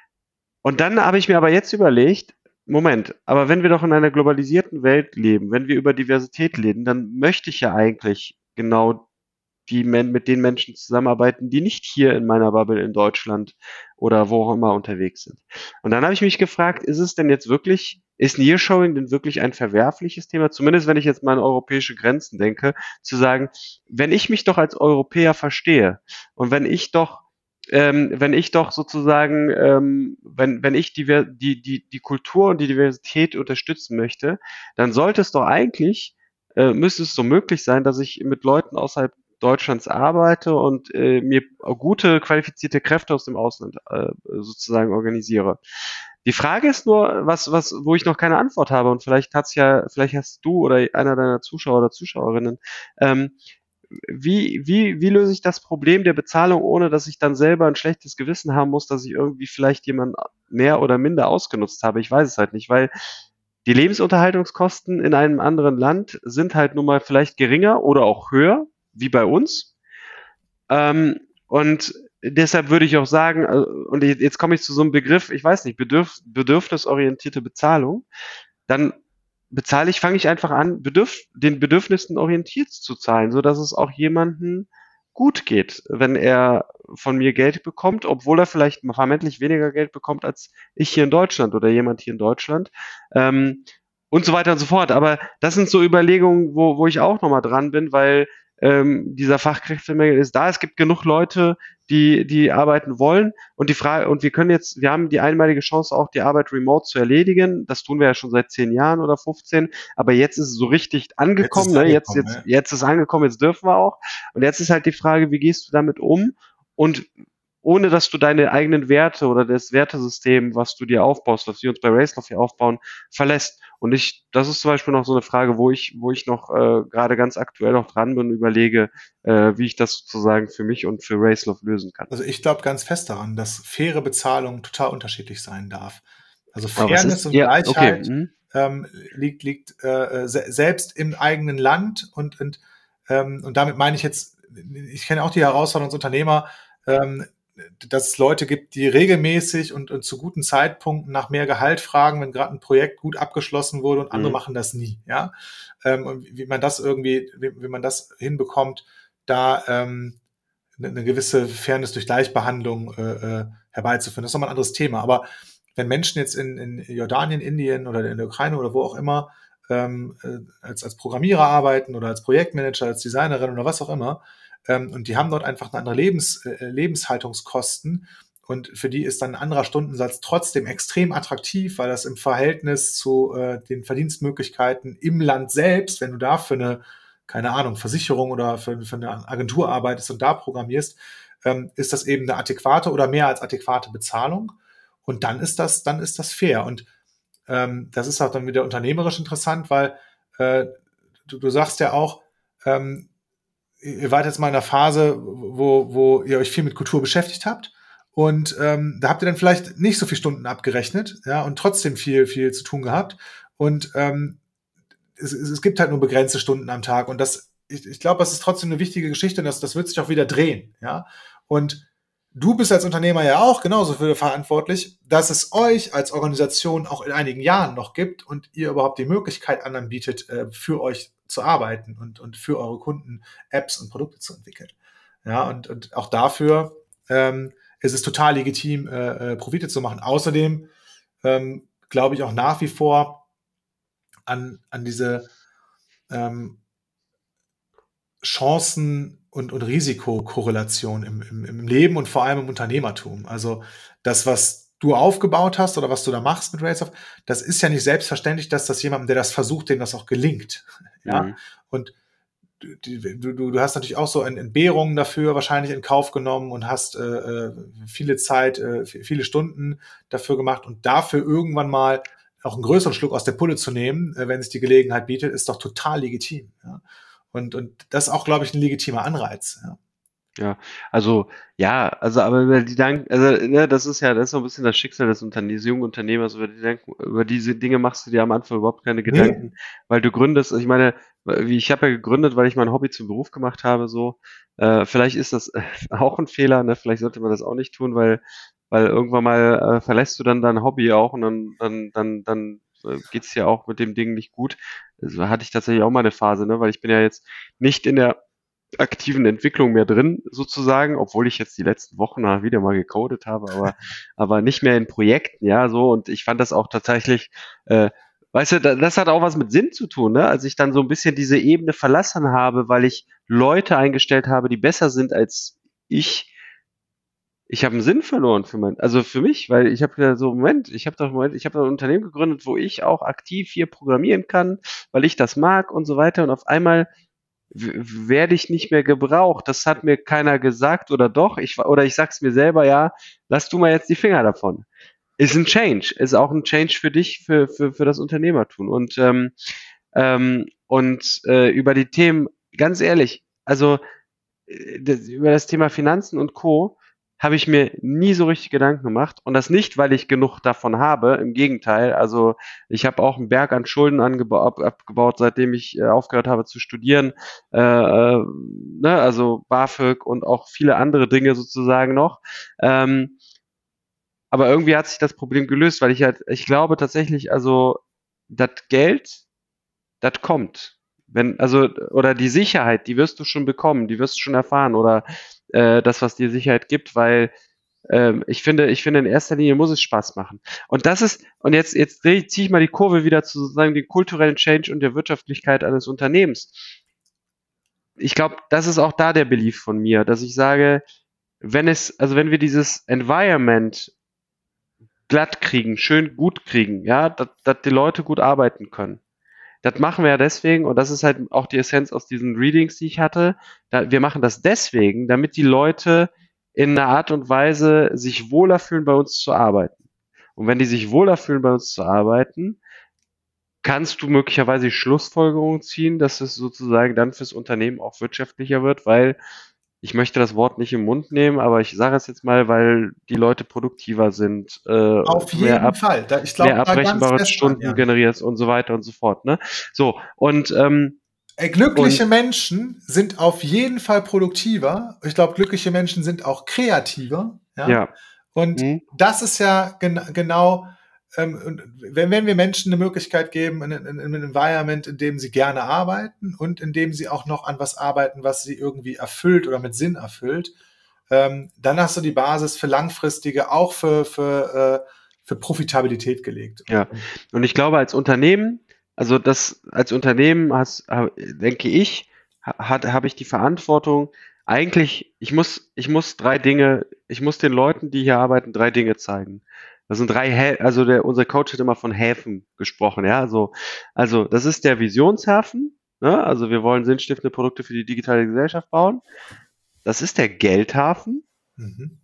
Und dann habe ich mir aber jetzt überlegt, Moment, aber wenn wir doch in einer globalisierten Welt leben, wenn wir über Diversität reden, dann möchte ich ja eigentlich genau die Men mit den Menschen zusammenarbeiten, die nicht hier in meiner Bubble in Deutschland oder wo auch immer unterwegs sind. Und dann habe ich mich gefragt, ist es denn jetzt wirklich, ist Nearshoring denn wirklich ein verwerfliches Thema? Zumindest wenn ich jetzt mal an europäische Grenzen denke, zu sagen, wenn ich mich doch als Europäer verstehe und wenn ich doch ähm, wenn ich doch sozusagen, ähm, wenn, wenn ich die, die, die, die Kultur und die Diversität unterstützen möchte, dann sollte es doch eigentlich, äh, müsste es so möglich sein, dass ich mit Leuten außerhalb Deutschlands arbeite und äh, mir gute, qualifizierte Kräfte aus dem Ausland äh, sozusagen organisiere. Die Frage ist nur, was, was, wo ich noch keine Antwort habe und vielleicht hat's ja, vielleicht hast du oder einer deiner Zuschauer oder Zuschauerinnen ähm, wie, wie, wie löse ich das Problem der Bezahlung, ohne dass ich dann selber ein schlechtes Gewissen haben muss, dass ich irgendwie vielleicht jemanden mehr oder minder ausgenutzt habe? Ich weiß es halt nicht, weil die Lebensunterhaltungskosten in einem anderen Land sind halt nun mal vielleicht geringer oder auch höher, wie bei uns. Ähm, und deshalb würde ich auch sagen, und jetzt komme ich zu so einem Begriff, ich weiß nicht, bedürf, bedürfnisorientierte Bezahlung, dann bezahle ich, fange ich einfach an, Bedürf, den Bedürfnissen orientiert zu zahlen, so dass es auch jemandem gut geht, wenn er von mir Geld bekommt, obwohl er vielleicht vermeintlich weniger Geld bekommt als ich hier in Deutschland oder jemand hier in Deutschland. Ähm, und so weiter und so fort. Aber das sind so Überlegungen, wo, wo ich auch nochmal dran bin, weil ähm, dieser Fachkräftemangel ist da. Es gibt genug Leute, die, die arbeiten wollen. Und die Frage, und wir können jetzt, wir haben die einmalige Chance, auch die Arbeit remote zu erledigen. Das tun wir ja schon seit zehn Jahren oder fünfzehn. Aber jetzt ist es so richtig angekommen, jetzt ne? Jetzt, angekommen, jetzt, ja. jetzt ist angekommen, jetzt dürfen wir auch. Und jetzt ist halt die Frage, wie gehst du damit um? Und ohne dass du deine eigenen Werte oder das Wertesystem, was du dir aufbaust, was wir uns bei Racelove hier aufbauen, verlässt. Und ich, das ist zum Beispiel noch so eine Frage, wo ich, wo ich noch äh, gerade ganz aktuell noch dran bin und überlege, äh, wie ich das sozusagen für mich und für Racelove lösen kann. Also ich glaube ganz fest daran, dass faire Bezahlung total unterschiedlich sein darf. Also Aber was Fairness ist, und ja, okay, Gleichheit mhm. ähm, liegt, liegt äh, se selbst im eigenen Land und, und, ähm, und damit meine ich jetzt, ich kenne auch die Herausforderung als Unternehmer, ähm, dass es Leute gibt, die regelmäßig und, und zu guten Zeitpunkten nach mehr Gehalt fragen, wenn gerade ein Projekt gut abgeschlossen wurde und andere Mhm. machen das nie. Ja? Ähm, und wie man das irgendwie, wie, wie man das hinbekommt, da ähm, eine gewisse Fairness durch Gleichbehandlung äh, herbeizuführen. Das ist nochmal ein anderes Thema. Aber wenn Menschen jetzt in, in Jordanien, Indien oder in der Ukraine oder wo auch immer ähm, als, als Programmierer arbeiten oder als Projektmanager, als Designerin oder was auch immer, ähm, und die haben dort einfach eine andere Lebens, äh, Lebenshaltungskosten und für die ist dann ein anderer Stundensatz trotzdem extrem attraktiv, weil das im Verhältnis zu äh, den Verdienstmöglichkeiten im Land selbst, wenn du da für eine keine Ahnung, Versicherung oder für, für eine Agentur arbeitest und da programmierst, ähm, ist das eben eine adäquate oder mehr als adäquate Bezahlung. Und dann ist das, dann ist das fair. Und ähm, das ist auch dann wieder unternehmerisch interessant, weil äh, du, du sagst ja auch, ähm, ihr wart jetzt mal in einer Phase, wo, wo ihr euch viel mit Kultur beschäftigt habt. Und ähm, da habt ihr dann vielleicht nicht so viele Stunden abgerechnet, ja, und trotzdem viel, viel zu tun gehabt. Und ähm, es, es gibt halt nur begrenzte Stunden am Tag und das, ich, ich glaube, das ist trotzdem eine wichtige Geschichte und das, das wird sich auch wieder drehen, ja. Und du bist als Unternehmer ja auch genauso für verantwortlich, dass es euch als Organisation auch in einigen Jahren noch gibt und ihr überhaupt die Möglichkeit anderen bietet, äh, für euch zu arbeiten und, und für eure Kunden Apps und Produkte zu entwickeln. Ja, und, und auch dafür ähm, ist es total legitim, äh, Profite zu machen. Außerdem ähm, glaube ich auch nach wie vor, an, an diese ähm, Chancen- und, und Risikokorrelation im, im, im Leben und vor allem im Unternehmertum. Also das, was du aufgebaut hast oder was du da machst mit Raceoff, das ist ja nicht selbstverständlich, dass das jemandem, der das versucht, dem das auch gelingt. Ja, Mhm. und du, du, du hast natürlich auch so Entbehrungen dafür wahrscheinlich in Kauf genommen und hast äh, viele Zeit, äh, viele Stunden dafür gemacht und dafür irgendwann mal auch einen größeren Schluck aus der Pulle zu nehmen, äh, wenn sich die Gelegenheit bietet, ist doch total legitim. Ja? Und, und das ist auch, glaube ich, ein legitimer Anreiz. Ja. Ja, also ja, also aber über die Dank, also ne, das ist ja, das ist so ein bisschen das Schicksal des Unternehmens, jungen Unternehmers, über die Dank, über diese Dinge machst du dir am Anfang überhaupt keine Nee. Gedanken, weil du gründest, ich meine, wie ich habe ja gegründet, weil ich mein Hobby zum Beruf gemacht habe, so. Äh, vielleicht ist das äh, auch ein Fehler, ne? Vielleicht sollte man das auch nicht tun, weil, weil irgendwann mal äh, verlässt du dann dein Hobby auch und dann, dann, dann, dann äh, geht's dir auch mit dem Ding nicht gut. Also hatte ich tatsächlich auch mal eine Phase, ne? Weil ich bin ja jetzt nicht in der aktiven Entwicklung mehr drin, sozusagen, obwohl ich jetzt die letzten Wochen nach wieder mal gecodet habe, aber, aber nicht mehr in Projekten, ja, so. Und ich fand das auch tatsächlich, äh, weißt du, da- das hat auch was mit Sinn zu tun, ne? Als ich dann so ein bisschen diese Ebene verlassen habe, weil ich Leute eingestellt habe, die besser sind als ich. Ich habe einen Sinn verloren für mein, also für mich, weil ich habe ja so, Moment, ich habe doch, Moment, ich habe doch ein Unternehmen gegründet, wo ich auch aktiv hier programmieren kann, weil ich das mag und so weiter. Und auf einmal w- werde ich nicht mehr gebraucht. Das hat mir keiner gesagt oder doch. Ich, oder ich sag's mir selber, ja, lass du mal jetzt die Finger davon. Ist ein Change, ist auch ein Change für dich, für, für, für das Unternehmertum. Und, ähm, ähm, und äh, über die Themen, ganz ehrlich, also äh, das, über das Thema Finanzen und Co. habe ich mir nie so richtig Gedanken gemacht. Und das nicht, weil ich genug davon habe. Im Gegenteil. Also ich habe auch einen Berg an Schulden angeba ab, abgebaut, seitdem ich äh, aufgehört habe zu studieren. Äh, äh, ne? Also BAföG und auch viele andere Dinge sozusagen noch. Ähm, aber irgendwie hat sich das Problem gelöst, weil ich halt, ich glaube tatsächlich, also das Geld, das kommt. Wenn, also, oder die Sicherheit, die wirst du schon bekommen, die wirst du schon erfahren, oder äh, das, was dir Sicherheit gibt, weil ähm, ich finde, ich finde, in erster Linie muss es Spaß machen. Und das ist, und jetzt, jetzt ziehe ich mal die Kurve wieder zu sozusagen den kulturellen Change und der Wirtschaftlichkeit eines Unternehmens. Ich glaube, das ist auch da der Belief von mir, dass ich sage, wenn es, also wenn wir dieses Environment glatt kriegen, schön gut kriegen, ja, dass, dass die Leute gut arbeiten können. Das machen wir ja deswegen, und das ist halt auch die Essenz aus diesen Readings, die ich hatte. Da, wir machen das deswegen, damit die Leute in einer Art und Weise sich wohler fühlen, bei uns zu arbeiten. Und wenn die sich wohler fühlen, bei uns zu arbeiten, kannst du möglicherweise die Schlussfolgerung ziehen, dass es sozusagen dann fürs Unternehmen auch wirtschaftlicher wird, weil ich möchte das Wort nicht im Mund nehmen, aber ich sage es jetzt mal, weil die Leute produktiver sind, äh, Auf du mehr jeden ab, Fall. Da, ich mehr glaube da ganz abrechenbare fest dran, Stunden Jan. generierst und so weiter und so fort. Ne? So, und, ähm, Ey, glückliche und Menschen sind auf jeden Fall produktiver. Ich glaube, glückliche Menschen sind auch kreativer. Ja? ja, Und hm, das ist ja gen genau, ähm, und wenn, wenn wir Menschen eine Möglichkeit geben, in, in, in einem Environment, in dem sie gerne arbeiten und in dem sie auch noch an was arbeiten, was sie irgendwie erfüllt oder mit Sinn erfüllt, ähm, dann hast du die Basis für langfristige, auch für, für, äh, für Profitabilität gelegt. ja. Und ich glaube, als Unternehmen, also das als Unternehmen hast, ha- denke ich, ha- hat, habe ich die Verantwortung, eigentlich, ich muss, ich muss drei Dinge, ich muss den Leuten, die hier arbeiten, drei Dinge zeigen. Das sind drei, Hä also der, unser Coach hat immer von Häfen gesprochen, ja, also, also das ist der Visionshafen, ne? Also wir wollen sinnstiftende Produkte für die digitale Gesellschaft bauen. Das ist der Geldhafen. Mhm.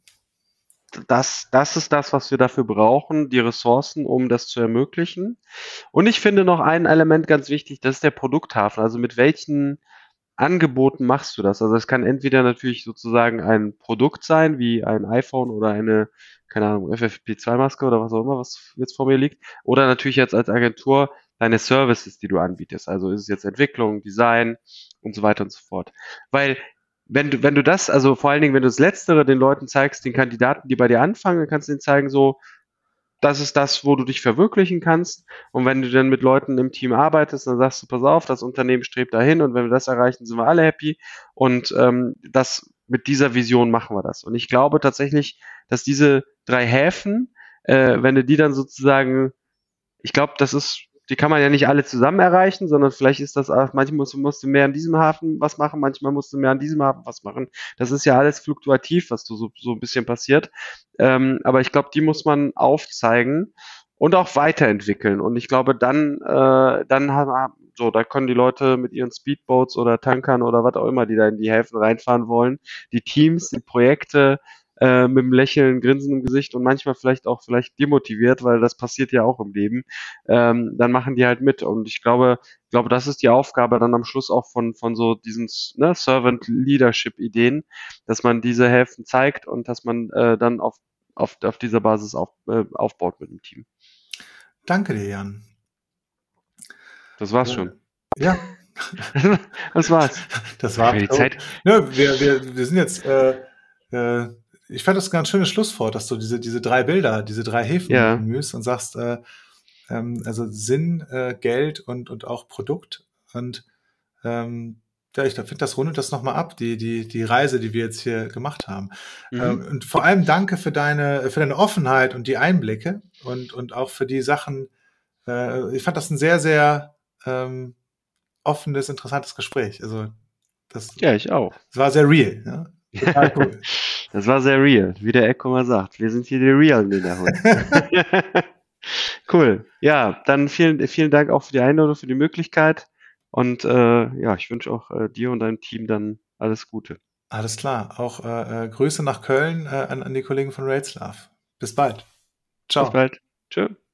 Das, das ist das, was wir dafür brauchen, die Ressourcen, um das zu ermöglichen. Und ich finde noch ein Element ganz wichtig, das ist der Produkthafen. Also mit welchen Angeboten machst du das? Also es kann entweder natürlich sozusagen ein Produkt sein, wie ein iPhone oder eine, keine Ahnung, F F P zwei Maske oder was auch immer, was jetzt vor mir liegt. Oder natürlich jetzt als Agentur deine Services, die du anbietest. Also ist es jetzt Entwicklung, Design und so weiter und so fort. Weil wenn du, wenn du das, also vor allen Dingen, wenn du das Letztere den Leuten zeigst, den Kandidaten, die bei dir anfangen, dann kannst du ihnen zeigen, so, das ist das, wo du dich verwirklichen kannst. Und wenn du dann mit Leuten im Team arbeitest, dann sagst du, pass auf, das Unternehmen strebt dahin und wenn wir das erreichen, sind wir alle happy. Und ähm, das mit dieser Vision machen wir das. Und ich glaube tatsächlich, dass diese drei Häfen, äh, wenn du die dann sozusagen, ich glaube, das ist, die kann man ja nicht alle zusammen erreichen, sondern vielleicht ist das auch, manchmal musst, musst du mehr an diesem Hafen was machen, manchmal musst du mehr an diesem Hafen was machen. Das ist ja alles fluktuativ, was so, so ein bisschen passiert. Ähm, aber ich glaube, die muss man aufzeigen und auch weiterentwickeln. Und ich glaube, dann, äh, dann haben, so, da können die Leute mit ihren Speedboats oder Tankern oder was auch immer, die da in die Häfen reinfahren wollen, die Teams, die Projekte, äh, mit einem Lächeln, Grinsen im Gesicht und manchmal vielleicht auch vielleicht demotiviert, weil das passiert ja auch im Leben, ähm, dann machen die halt mit. Und ich glaube, ich glaube, das ist die Aufgabe dann am Schluss auch von, von so diesen ne, Servant Leadership Ideen, dass man diese Häfen zeigt und dass man äh, dann auf, auf, auf dieser Basis auf, äh, aufbaut mit dem Team. Danke dir, Jan. Das war's schon. Ja. Das war's. Das war die Zeit. Ne, wir, wir, wir sind jetzt, äh, äh, ich fand das ein ganz schönes Schlusswort, dass du diese, diese drei Bilder, diese drei Häfen Ja. bemühst und sagst, äh, ähm, also Sinn, äh, Geld und, und auch Produkt. Und ähm, ja, ich finde, das rundet das nochmal ab, die, die, die Reise, die wir jetzt hier gemacht haben. Mhm. Ähm, und vor allem danke für deine, für deine Offenheit und die Einblicke und, und auch für die Sachen. Äh, ich fand das ein sehr, sehr ähm, offenes, interessantes Gespräch. Also das, Ja, ich auch. das war sehr real. Ja? Total cool. Das war sehr real, wie der Echo mal sagt. Wir sind hier die Realen in der Hund. Cool. Ja, dann vielen, vielen Dank auch für die Einladung, für die Möglichkeit. Und äh, ja, ich wünsche auch äh, dir und deinem Team dann alles Gute. Alles klar. Auch äh, äh, Grüße nach Köln äh, an, an die Kollegen von Raidslav. Bis bald. Bis Ciao. bald. Tschö.